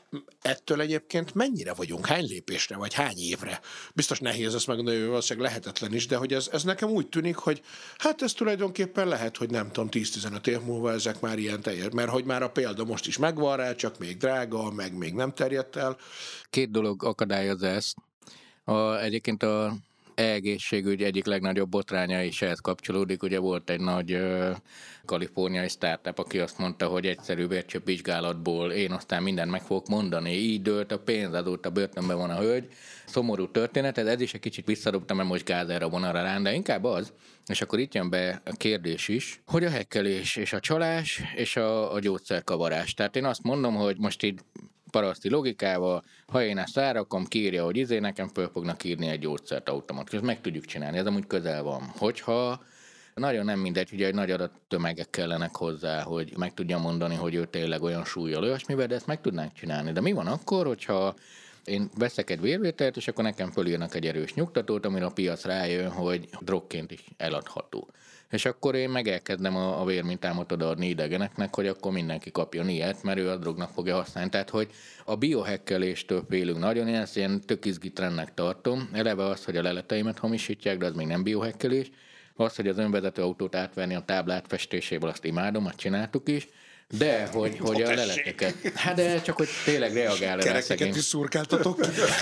Ettől egyébként mennyire vagyunk? Hány lépésre, vagy hány évre? Biztos nehéz ezt megmondani, hogy valószínűleg lehetetlen is, de hogy ez nekem úgy tűnik, hogy hát ez tulajdonképpen lehet, hogy nem tudom, 10-15 év múlva ezek már ilyen teljes, mert hogy már a példa most is megvan rá, csak még drága, meg még nem terjedt el. 2 dolog akadályozza ezt. Egyébként a egészségügy egyik legnagyobb botránya is ehhez kapcsolódik. Ugye volt egy nagy kaliforniai startup, aki azt mondta, hogy egyszerű vércsöpp vizsgálatból én aztán mindent meg fogok mondani. Így dőlt a pénz, azóta börtönben van a hölgy. Szomorú történet, ez is egy kicsit visszadobtam, mert most gáz erre van arra rám, de inkább az, és akkor itt jön be a kérdés is, hogy a hekkelés és a csalás és a gyógyszerkavarás. Tehát én azt mondom, hogy most így paraszti logikával, ha én ezt rárakom, kiírja, hogy nekem föl fognak írni egy gyógyszert automatikusan. Ezt meg tudjuk csinálni, ez amúgy közel van. Hogyha nagyon nem mindegy, ugye egy nagy adattömegek kellenek hozzá, hogy meg tudja mondani, hogy ő tényleg olyan súlyjal, olyasmivel, de ezt meg tudnánk csinálni. De mi van akkor, hogyha én veszek egy vérvételt, és akkor nekem fölírnak egy erős nyugtatót, amire a piac rájön, hogy drogként is eladható. És akkor én meg elkezdem a vérmintámat odaadni idegeneknek, hogy akkor mindenki kapjon ilyet, mert ő a drognak fogja használni. Tehát, hogy a biohekkeléstől félünk nagyon, én ezt ilyen tök izgi trendnek tartom. Eleve az, hogy a leleteimet hamisítják, de az még nem biohekkelés. Az, hogy az önvezető autót átvenni a táblát festéséből, azt imádom, azt csináltuk is. De, hogy a leleteket. Hát de csak, hogy tényleg reagál rá szegény. Kerekeket is szurkáltatok.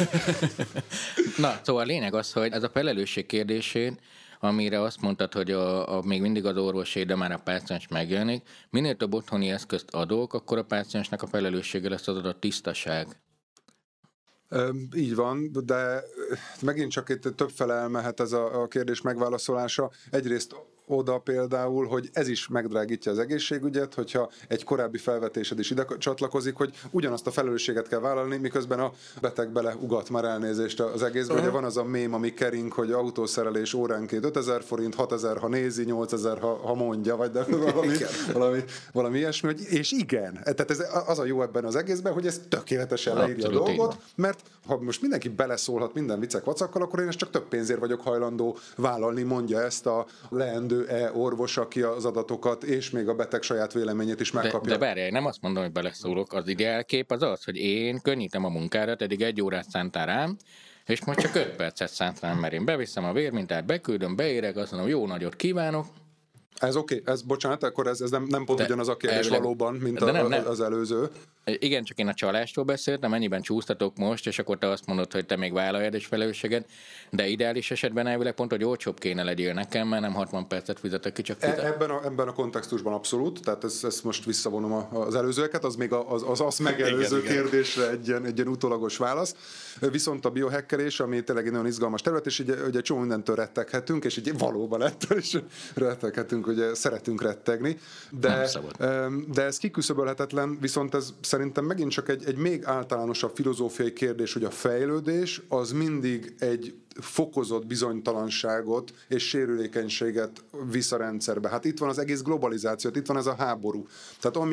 Na, szóval a lényeg az, hogy ez a felelősség kérdésén, amire azt mondtad, hogy még mindig az orvosé, de már a páciens megjelenik. Minél több otthoni eszközt adok, akkor a páciensnek a felelőssége lesz az a tisztaság. Így van, de megint csak itt többfele elmehet ez a kérdés megválaszolása. Egyrészt oda például, hogy ez is megdrágítja az egészségügyet, hogyha egy korábbi felvetésed is ide csatlakozik, hogy ugyanazt a felelősséget kell vállalni, miközben a beteg beleugat már elnézést az egészben. Ugye van az a mém, ami kering, hogy autószerelés óránként 5000 forint, 6000, ha nézi, 8000, ha mondja, vagy de valami ilyesmi, és igen. Tehát ez az a jó ebben az egészben, hogy ez tökéletesen leírja a dolgot, mert ha most mindenki beleszólhat minden viccek vacakkal, akkor én ezt csak több pénzért vagyok hajlandó vállalni, mondja ezt a leendő orvos, aki az adatokat és még a beteg saját véleményét is megkapja. De várjál, nem azt mondom, hogy beleszólok. Az ideálkép az az, hogy én könnyítem a munkárat, eddig 1 órát szántál rám, és most csak 5 percet szánt rám, mert én beviszem a vérmintát, beküldöm, beérek, azt mondom, jó nagyot kívánok. Ez oké, ez bocsánat, akkor ez nem pont ugyanaz a kérdés valóban, mint az előző. Igen, csak én a csalástól beszéltem, mennyiben csúsztatok most, és akkor te azt mondod, hogy te még vállaljad és felelősséget, de ideális esetben elvileg pont, hogy olcsóbb kéne legyél nekem, mert nem 60 percet fizetek ki, csak 10. Ebben a kontextusban abszolút, tehát ezt most visszavonom az előzőeket, az még az azt megelőző kérdésre egy ilyen utólagos válasz. Viszont a biohekkelés, ami tényleg egy nagyon izgalmas terület, és ugye csomó mindentől retteghetünk, és így valóban ettől is retteghetünk, ugye szeretünk rettegni, de ez kiküszöbölhetetlen, viszont ez szerintem megint csak egy még általánosabb filozófiai kérdés, hogy a fejlődés az mindig egy fokozott bizonytalanságot és sérülékenységet visz a rendszerbe. Hát itt van az egész globalizáció, itt van ez a háború. Tehát amíg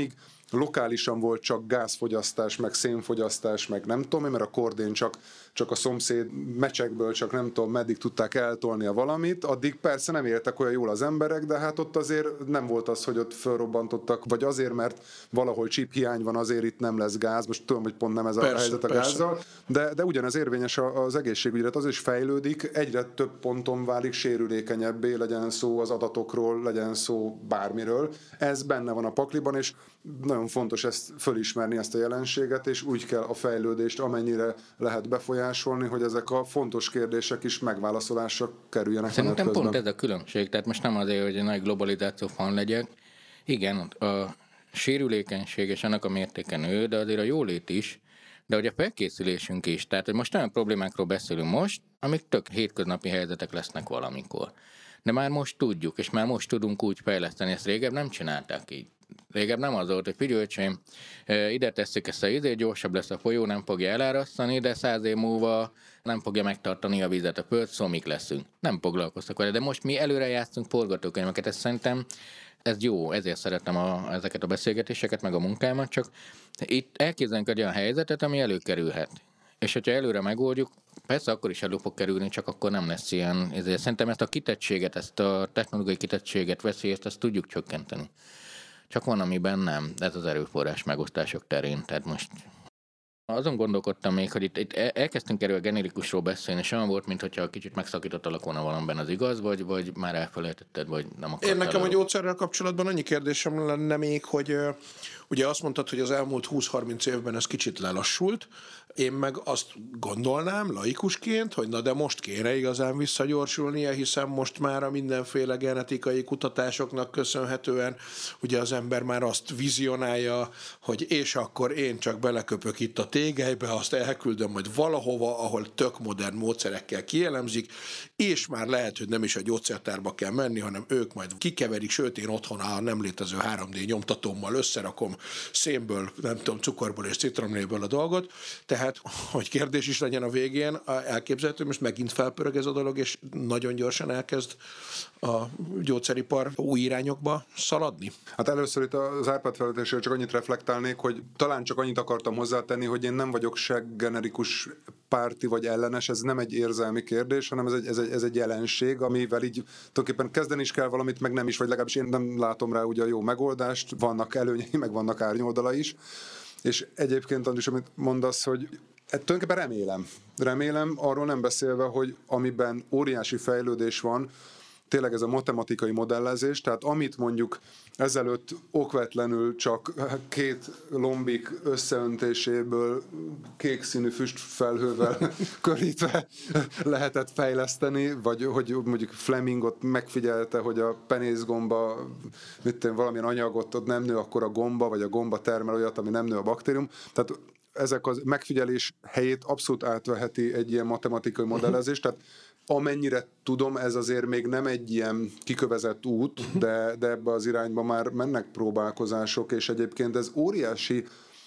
lokálisan volt csak gázfogyasztás, meg szénfogyasztás, meg nem tudom, mert a kordén csak a szomszéd mecsekből csak nem tudom, meddig tudták eltolni a valamit, addig persze nem éltek olyan jól az emberek, de hát ott azért nem volt az, hogy ott fölrobbantottak, vagy azért, mert valahol chip hiány van, azért itt nem lesz gáz, most tudom, hogy pont nem ez a helyzet a gázzal, de ugyanez érvényes az egészségügyre, az is fejlődik, egyre több ponton válik sérülékenyebbé, legyen szó az adatokról, legyen szó bármiről. Ez benne van a pakliban, és nagyon fontos ezt fölismerni, ezt a jelenséget, és úgy kell a fejlődést amennyire lehet befolyásolni, hogy ezek a fontos kérdések is megválaszolásra kerüljenek. Szerintem pont ez a különbség, tehát most nem azért, hogy egy nagy globalizáció fan legyek. Igen, a sérülékenység és annak a mértéke nő, de azért a jólét is, de hogy a felkészülésünk is. Tehát, hogy most olyan problémákról beszélünk most, amik tök hétköznapi helyzetek lesznek valamikor. De már most tudjuk, és már most tudunk úgy fejleszteni, ezt régebb nem csinálták így. Régebb nem az volt, hogy figyelj, öcsém, ide tesszük ezt a izét, gyorsabb lesz a folyó, nem fogja elárasztani, de 100 év múlva nem fogja megtartani a vizet a föld, szomik leszünk. Nem foglalkoztak vele, de most mi előre játszunk forgatókönyveket, ezt szerintem ez jó, ezért szeretem ezeket a beszélgetéseket, meg a munkámat, csak itt elképzelünk egy olyan helyzetet, ami előkerülhet. És hogyha előre megoldjuk, persze akkor is elő fog kerülni, csak akkor nem lesz ilyen. Ezért szerintem ezt a kitettséget, ezt a technológiai kitettséget, veszélyt, ezt tudjuk csökkenteni. Csak van, amiben nem, ez az erőforrás megosztások terén. Tehát most azon gondolkodtam még, hogy itt elkezdtünk erről a generikusról beszélni, és olyan volt, mintha kicsit megszakítottalak volna valamiben, az igaz, vagy már elfelejtetted, vagy nem akartál. Én nekem a gyógyszerrel kapcsolatban annyi kérdésem lenne még, hogy ugye azt mondtad, hogy az elmúlt 20-30 évben ez kicsit lelassult, én meg azt gondolnám laikusként, hogy na de most kéne igazán visszagyorsulnia, hiszen most már a mindenféle genetikai kutatásoknak köszönhetően ugye az ember már azt vizionálja, hogy és akkor én csak beleköpök itt a tégelybe, azt elküldöm majd valahova, ahol tök modern módszerekkel kielemzik, és már lehet, hogy nem is a gyógyszertárba kell menni, hanem ők majd kikeverik, sőt én otthon a nem létező 3D nyomtatómmal összerakom szénből, nem tudom, cukorból és citromléből a dolgot, tehát hogy kérdés is legyen a végén, elképzelhető, most megint felpörög ez a dolog, és nagyon gyorsan elkezd a gyógyszeripar új irányokba szaladni? Hát először itt az Árpád felvetésére csak annyit reflektálnék, hogy talán csak annyit akartam hozzátenni, hogy én nem vagyok se generikus párti vagy ellenes, ez nem egy érzelmi kérdés, hanem ez egy jelenség, amivel így tulajdonképpen kezdeni is kell valamit, meg nem is, vagy legalábbis én nem látom rá ugye a jó megoldást, vannak előnyei, meg vannak árnyoldala is. És egyébként, Andris, amit mondasz, hogy tulajdonképpen remélem, arról nem beszélve, hogy amiben óriási fejlődés van, tényleg ez a matematikai modellezés, tehát amit mondjuk ezelőtt okvetlenül csak 2 lombik összeöntéséből kék színű füstfelhővel körítve lehetett fejleszteni, vagy hogy mondjuk Flemingot megfigyelte, hogy a penészgomba valamilyen anyagot ott nem nő, akkor a gomba, vagy a gomba termel olyat, ami nem nő a baktérium. Tehát ezek az megfigyelés helyét abszolút átveheti egy ilyen matematikai modellezés, tehát amennyire tudom, ez azért még nem egy ilyen kikövezett út, de ebbe az irányba már mennek próbálkozások, és egyébként ez óriási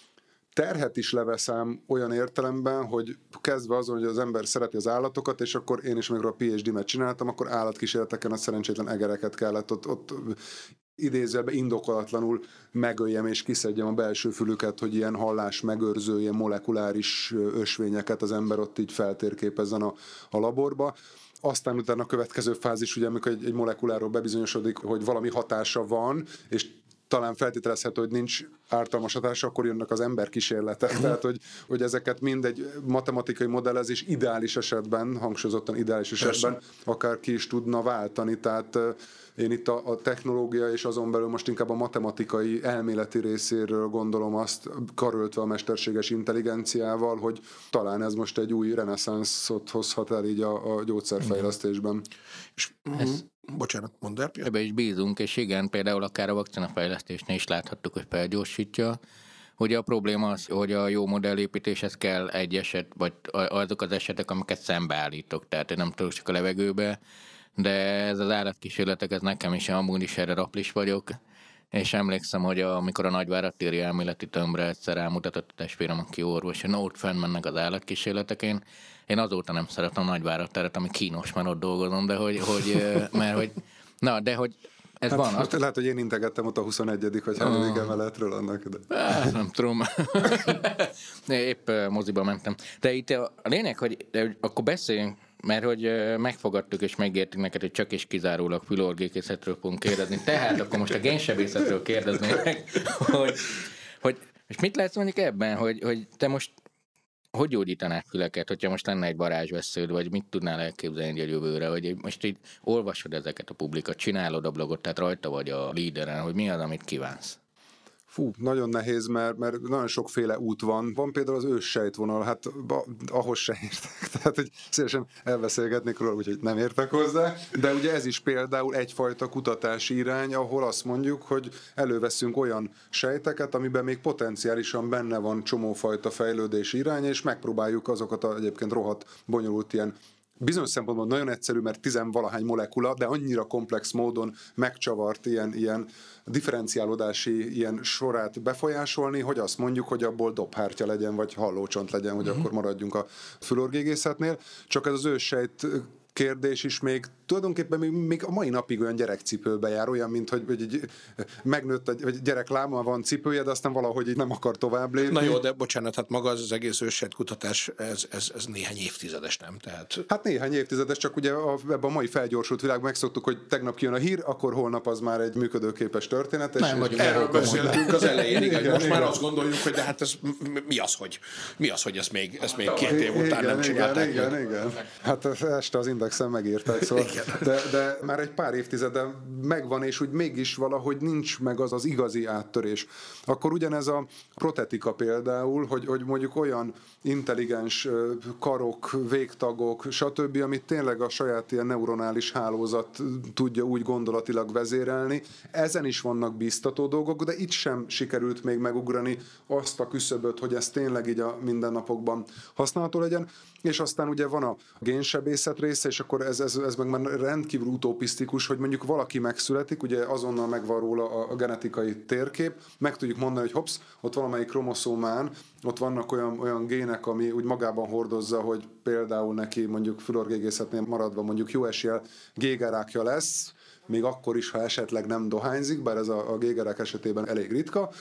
terhet is leveszem olyan értelemben, hogy kezdve azon, hogy az ember szereti az állatokat, és akkor én is, amikor a PhD-met csináltam, akkor állatkísérleteken a szerencsétlen egereket kellett ott idézőben indokolatlanul megöljem és kiszedjem a belső fülüket, hogy ilyen hallás megőrző, ilyen molekuláris ösvényeket az ember ott így feltérképezzen a laborba. Aztán utána a következő fázis, ugye, amikor egy molekuláról bebizonyosodik, hogy valami hatása van, és talán feltételezhető, hogy nincs ártalmas hatása, akkor jönnek az emberkísérletek. Tehát, hogy ezeket mindegy matematikai modellezés ideális esetben, hangsúlyozottan ideális esetben akár ki is tudna váltani. Tehát én itt a technológia és azon belül most inkább a matematikai elméleti részéről gondolom azt, karöltve a mesterséges intelligenciával, hogy talán ez most egy új reneszánszot hozhat el így a gyógyszerfejlesztésben. És bocsánat, mondd el. Ebbe is bízunk, és igen, például akár a vakcinafejlesztésnél is láthattuk, hogy felgyorsítja. Ugye a probléma az, hogy a jó modellépítéshez kell egy eset, vagy azok az esetek, amiket szembeállítok, tehát nem tudok csak a levegőbe, de ez az állatkísérletek, ez nekem is, amúgy is erre raplis vagyok, és emlékszem, hogy amikor a Nagyvárad-téri elméleti tömbre egyszer elmutatott a testvérem, aki orvos, hogy ott fenn mennek az állatkísérletek, én azóta nem szeretem Nagyvárad-teret, ami kínos, mert ott dolgozom, de hogy Ez van. Most lehet, hogy én integettem ott a 21. vagy 3. emeletről annak. De... Nem tudom. Épp moziba mentem. De itt a lényeg, hogy akkor beszéljünk, mert hogy megfogadtuk és megértünk neked, hogy csak és kizárólag fülorgészészetről fogunk kérdezni. Tehát akkor most a génsebészetről kérdeznék meg, hogy és mit látsz mondjuk ebben, hogy te most hogy gyógyítanák füleket, hogyha most lenne egy varázsvesződ, vagy mit tudnál elképzelni a jövőre, hogy most így olvasod ezeket a publikat, csinálod a blogot, tehát rajta vagy a líderen, hogy mi az, amit kívánsz? Fú, nagyon nehéz, mert nagyon sokféle út van. Van például az őssejtvonal, hát ahhoz se értek. Tehát, hogy szívesen elbeszélgetnék róla, úgyhogy nem értek hozzá. De ugye ez is például egyfajta kutatási irány, ahol azt mondjuk, hogy előveszünk olyan sejteket, amiben még potenciálisan benne van csomófajta fejlődési irány, és megpróbáljuk azokat egyébként rohadt bonyolult ilyen bizonyos szempontból nagyon egyszerű, mert 10-valahány molekula, de annyira komplex módon megcsavart ilyen differenciálódási ilyen sorát befolyásolni, hogy azt mondjuk, hogy abból dobhártya legyen, vagy hallócsont legyen, hogy akkor maradjunk a fülorgégészetnél. Csak ez az őssejt kérdés is még tulajdonképpen még a mai napig olyan gyerekcipőbe jár, olyan, mint hogy egy megnőtt, egy gyerek láma van cipője, de aztán valahogy így nem akar tovább lépni. Na jó, de bocsánat, hát maga az egész őssejtkutatás, ez néhány évtizedes, nem? Tehát... Hát néhány évtizedes, csak ugye ebben a mai felgyorsult világban megszoktuk, hogy tegnap kijön a hír, akkor holnap az már egy működőképes történet. És erről beszéltünk az elején, igen, most már azt gondoljuk, hogy de hát ez mi az, hogy ezt még 2 év után nem csinálták. Igen. Hát este az Indexen megírták, szóval. De már egy pár évtizede megvan, és úgy mégis valahogy nincs meg az igazi áttörés. Akkor ugyanez a protetika például, hogy mondjuk olyan intelligens karok, végtagok, stb., amit tényleg a saját ilyen neuronális hálózat tudja úgy gondolatilag vezérelni. Ezen is vannak bíztató dolgok, de itt sem sikerült még megugrani azt a küszöböt, hogy ez tényleg így a mindennapokban használható legyen. És aztán ugye van a génsebészet része, és akkor ez meg már rendkívül utopisztikus, hogy mondjuk valaki megszületik, ugye azonnal megvan róla a genetikai térkép, meg tudjuk mondani, hogy hopsz, ott valamelyik kromoszómán, ott vannak olyan gének, ami úgy magában hordozza, hogy például neki mondjuk fülorgégészetnél maradva mondjuk jó eséllyel gégerákja lesz, még akkor is, ha esetleg nem dohányzik, bár ez a gégerák esetében elég ritka,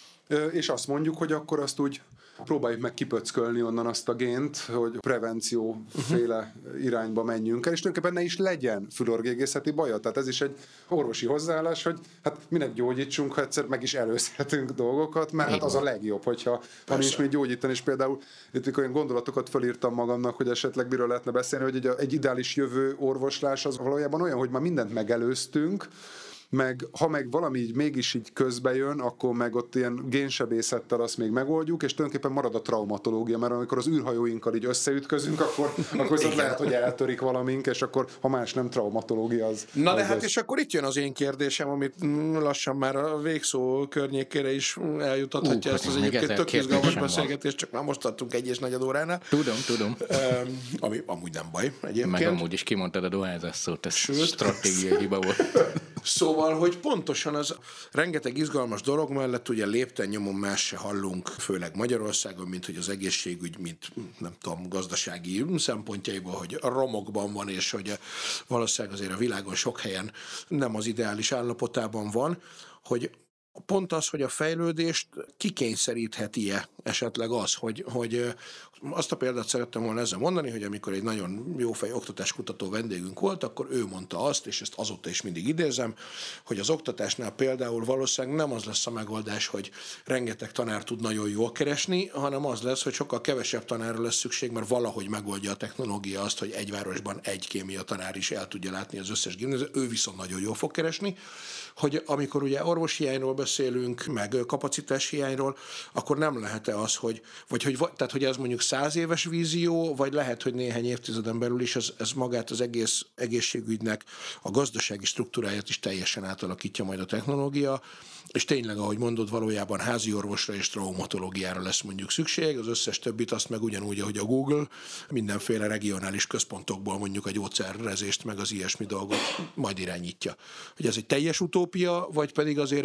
és azt mondjuk, hogy akkor azt úgy próbáljuk meg kipöckölni onnan azt a gént, hogy prevencióféle irányba menjünk el, és tulajdonképpen ne is legyen fülorgégészeti baja. Tehát ez is egy orvosi hozzáállás, hogy hát minek gyógyítsunk, ha egyszer meg is előzhetünk dolgokat, mert hát az a legjobb, hogyha nincs még gyógyítani, és például itt olyan gondolatokat felírtam magamnak, hogy esetleg miről lehetne beszélni, hogy egy ideális jövő orvoslás az valójában olyan, hogy már mindent megelőztünk, meg ha meg valami így mégis így közbe jön, akkor meg ott ilyen génsebészettel azt még megoldjuk, és tulajdonképpen marad a traumatológia, mert amikor az űrhajóinkkal így összeütközünk, akkor lehet, hogy eltörik valamink, és akkor ha más nem traumatológia az. Na de hát és akkor itt jön az én kérdésem, amit lassan már a végszó környékére is eljutathatja ezt az egyébként tök izgalmas beszélgetést, csak már most adtunk 1,4 óránál. Tudom. Ami amúgy nem baj egyébként. Meg amúgy is kimondtad a dohányzás szót, ez stratégiai hiba volt. Szóval, hogy pontosan az rengeteg izgalmas dolog mellett ugye lépten nyomon más se hallunk, főleg Magyarországon, mint hogy az egészségügy, mint nem tudom, gazdasági szempontjaiból, hogy a romokban van, és hogy valószínűleg azért a világon sok helyen nem az ideális állapotában van, hogy pont az, hogy a fejlődést kikényszerítheti-e esetleg az, hogy azt a példát szerettem volna ezzel mondani, hogy amikor egy nagyon jófej oktatáskutató vendégünk volt, akkor ő mondta azt, és ezt azóta is mindig idézem, hogy az oktatásnál például valószínűleg nem az lesz a megoldás, hogy rengeteg tanár tud nagyon jól keresni, hanem az lesz, hogy sokkal kevesebb tanárra lesz szükség, mert valahogy megoldja a technológia azt, hogy egy városban egy kémia tanár is el tudja látni az összes gimnáziumot, ő viszont nagyon jól fog keresni, hogy amikor ugye orvoshiányról beszélünk, meg kapacitáshiányról, akkor nem lehet-e az, tehát hogy ez mondjuk 100 éves vízió, vagy lehet, hogy néhány évtizeden belül is ez magát az egész egészségügynek a gazdasági struktúráját is teljesen átalakítja majd a technológia, és tényleg, ahogy mondod, valójában házi orvosra és traumatológiára lesz mondjuk szükség, az összes többit azt meg ugyanúgy, ahogy a Google mindenféle regionális központokból mondjuk a gyógyszerrezést, meg az ilyesmi dolgot majd irányítja. Hogy ez egy teljes utópia, vagy pedig azért ez lehet,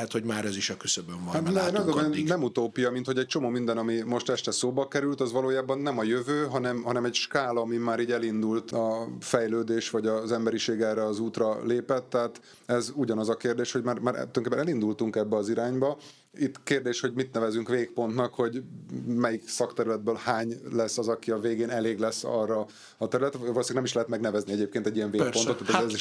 lehet, hogy már ez is a küszöbön van, nem utópia, mint hogy egy csomó minden, ami most este szóba került, az valójában nem a jövő, hanem egy skála, ami már így elindult a fejlődés, vagy az emberiség erre az útra lépett, tehát ez ugyanaz a kérdés, hogy már tulajdonképpen elindultunk ebbe az irányba. Itt kérdés, hogy mit nevezünk végpontnak, hogy melyik szakterületből hány lesz az, aki a végén elég lesz arra a területre. Valószínűleg nem is lehet megnevezni egyébként egy ilyen végpontot, tehát ez is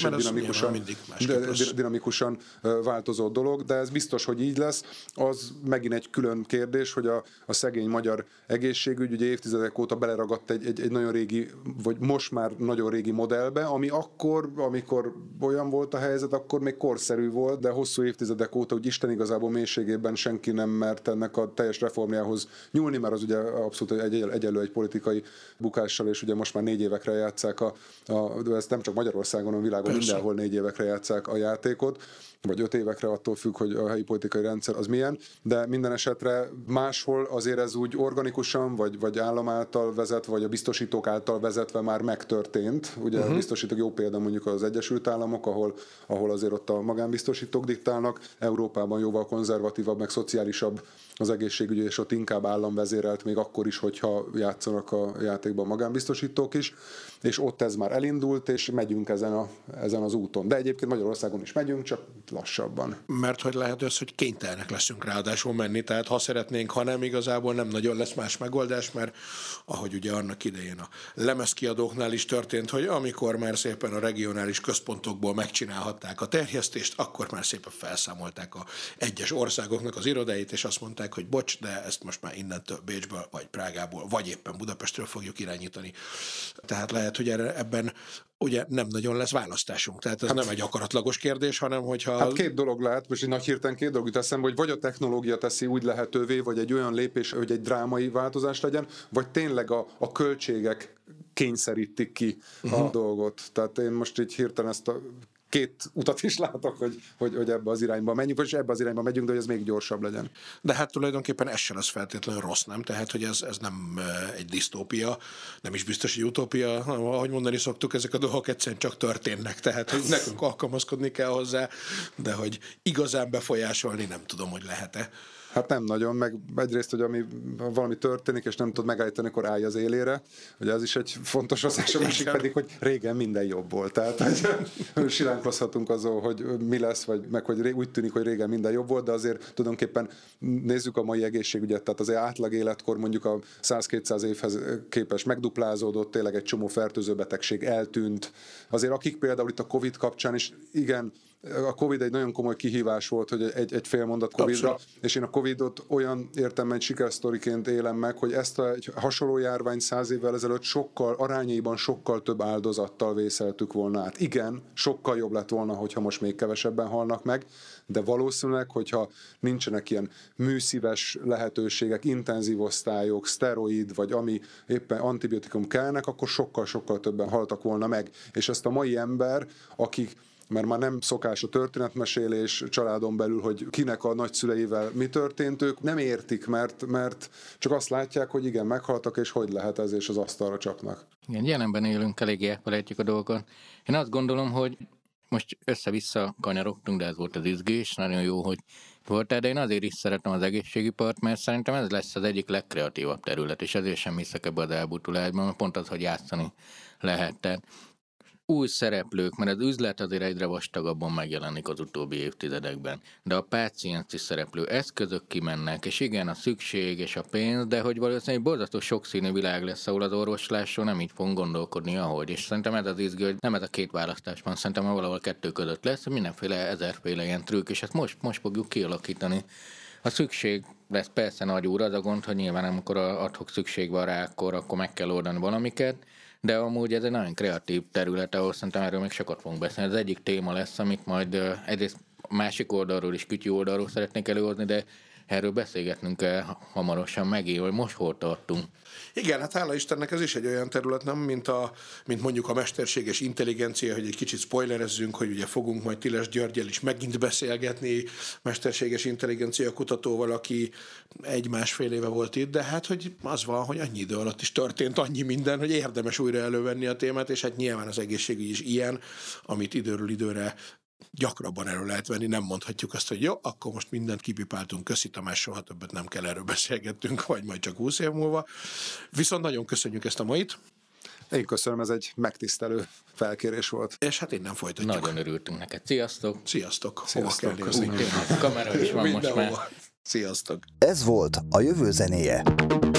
egy dinamikusan változó dolog, de ez biztos, hogy így lesz. Az megint egy külön kérdés, hogy a szegény magyar egészségügy ugye évtizedek óta beleragadt egy nagyon régi, vagy most már nagyon régi modellbe, ami akkor, amikor olyan volt a helyzet, akkor még korszerű volt, de hosszú évtizedek óta úgy Isten igazából mélységében senki nem mert ennek a teljes reformjához nyúlni, mert az ugye abszolút egyelő egy politikai bukással, és ugye most már 4 évekre játsszák ezt nem csak Magyarországon, hanem világon mindenhol 4 évekre játsszák a játékot, vagy 5 évekre, attól függ, hogy a helyi politikai rendszer az milyen, de minden esetre máshol azért ez úgy organikusan, vagy állam által vezetve, vagy a biztosítók által vezetve már megtörtént. Ugye a biztosítók jó példa mondjuk az Egyesült Államok, ahol azért ott a magánbiztosítók diktálnak, Európában jóval konzervatívabb, meg szociálisabb az egészségügy, és ott inkább államvezérelt, még akkor is, hogyha játszanak a játékban magánbiztosítók is, és ott ez már elindult, és megyünk ezen az úton. De egyébként Magyarországon is megyünk, csak lassabban. Mert hogy lehet az, hogy kénytelenek leszünk ráadásul menni, tehát ha szeretnénk, ha nem, igazából nem nagyon lesz más megoldás, mert ahogy ugye annak idején a lemezkiadóknál is történt, hogy amikor már szépen a regionális központokból megcsinálhatták a terjesztést, akkor már szépen felszámolták a egyes országoknak az irodáit, és azt mondták, hogy bocs, de ezt most már innentől Bécsből, vagy Prágából, vagy éppen Budapestről fogjuk irányítani. Tehát lehet, hogy ebben ugye nem nagyon lesz választásunk. Tehát ez nem egy akaratlagos kérdés, hanem hogyha... Hát 2 dolog lehet, most nagy hirtelen 2 dolog jut eszembe, hogy vagy a technológia teszi úgy lehetővé, vagy egy olyan lépés, hogy egy drámai változás legyen, vagy tényleg a költségek kényszerítik ki a dolgot. Tehát én most így hirtelen ezt a 2 utat is látok, hogy ebbe az irányba menjünk, vagy ebbe az irányba megyünk, de hogy ez még gyorsabb legyen. De hát tulajdonképpen ez sem az feltétlenül rossz, nem? Tehát, hogy ez nem egy disztópia, nem is biztos, hogy utópia, ahogy mondani szoktuk, ezek a dolgok egyszerűen csak történnek, tehát hogy nekünk alkalmazkodni kell hozzá, de hogy igazán befolyásolni nem tudom, hogy lehet-e. Hát nem nagyon, meg egyrészt, hogy valami történik, és nem tud megállítani, akkor állj az élére. Ugye ez is egy fontos hozás, a másik pedig, hogy régen minden jobb volt. Tehát hogy siránkozhatunk azon, hogy mi lesz, vagy meg hogy úgy tűnik, hogy régen minden jobb volt, de azért tulajdonképpen nézzük a mai egészségügyet, tehát az átlag életkor mondjuk a 100-200 évhez képest megduplázódott, tényleg egy csomó fertőző betegség eltűnt. Azért akik például itt a Covid kapcsán is, igen, a Covid egy nagyon komoly kihívás volt, hogy egy fél mondat Covidra, abszolút. És én a Covidot olyan értelemben egy sikersztoriként élem meg, hogy ezt egy hasonló járványt 100 évvel ezelőtt arányaiban sokkal több áldozattal vészeltük volna át. Igen, sokkal jobb lett volna, hogyha most még kevesebben halnak meg, de valószínűleg, hogyha nincsenek ilyen műszíves lehetőségek, intenzív osztályok, szteroid, vagy ami éppen antibiotikum kellnek, akkor sokkal-sokkal többen haltak volna meg. És ezt a mai ember, mert már nem szokás a történetmesélés családon belül, hogy kinek a nagyszüleivel mi történt, ők nem értik, mert csak azt látják, hogy igen, meghaltak, és hogy lehet ez, és az asztalra csapnak. Igen, jelenben élünk, eléggé elfelejtjük a dolgokat. Én azt gondolom, hogy most össze-vissza kanyarogtunk, de ez volt az izgés, nagyon jó, hogy voltál, de én azért is szeretem az egészségipart, mert szerintem ez lesz az egyik legkreatívabb terület, és ezért sem hiszek ebbe az elbutulásban, mert pont az, hogy játszani lehet. Tehát új szereplők, mert az üzlet azért egyre vastagabban megjelenik az utóbbi évtizedekben, de a páciensi szereplő eszközök kimennek, és igen, a szükség és a pénz, de hogy valószínűleg egy borzasztó sokszínű világ lesz, ahol az orvoslásról nem így fogunk gondolkodni, ahogy, és szerintem ez az izgi, hogy nem ez a 2 választás van, szerintem valahol 2 között lesz, mindenféle ezerféle ilyen trükk, és ezt most fogjuk kialakítani. A szükség lesz persze nagy úr, az a gond, hogy nyilván amikor ad-hoc szükség van rá, akkor meg kell oldani valamiket, de amúgy ez egy nagyon kreatív terület, ahol szerintem erről még sokat fogunk beszélni. Ez egyik téma lesz, amit majd egyrészt másik oldalról is, kütyű oldalról szeretnék előhozni, de erről beszélgetnünk kell hamarosan megint, hogy most hol tartunk. Igen, hát hála Istennek ez is egy olyan terület, nem, mint mondjuk a mesterséges intelligencia, hogy egy kicsit spoilerezzünk, hogy ugye fogunk majd Tiles Györggyel is megint beszélgetni mesterséges intelligencia kutatóval, aki 1-1,5 éve volt itt, de hát hogy az van, hogy annyi idő alatt is történt annyi minden, hogy érdemes újra elővenni a témát, és hát nyilván az egészségügy is ilyen, amit időről időre gyakrabban elő lehet venni, nem mondhatjuk azt, hogy jó, akkor most mindent kipipáltunk, köszi Tamás, soha többet nem kell erről beszélgettünk, vagy majd csak 20 év múlva. Viszont nagyon köszönjük ezt a mait. Én köszönöm, ez egy megtisztelő felkérés volt. És hát innen folytatjuk. Nagyon örültünk neked. Sziasztok! Sziasztok! Sziasztok, Hova kell nézni? A kamera is van most már. Sziasztok! Ez volt a jövő zenéje.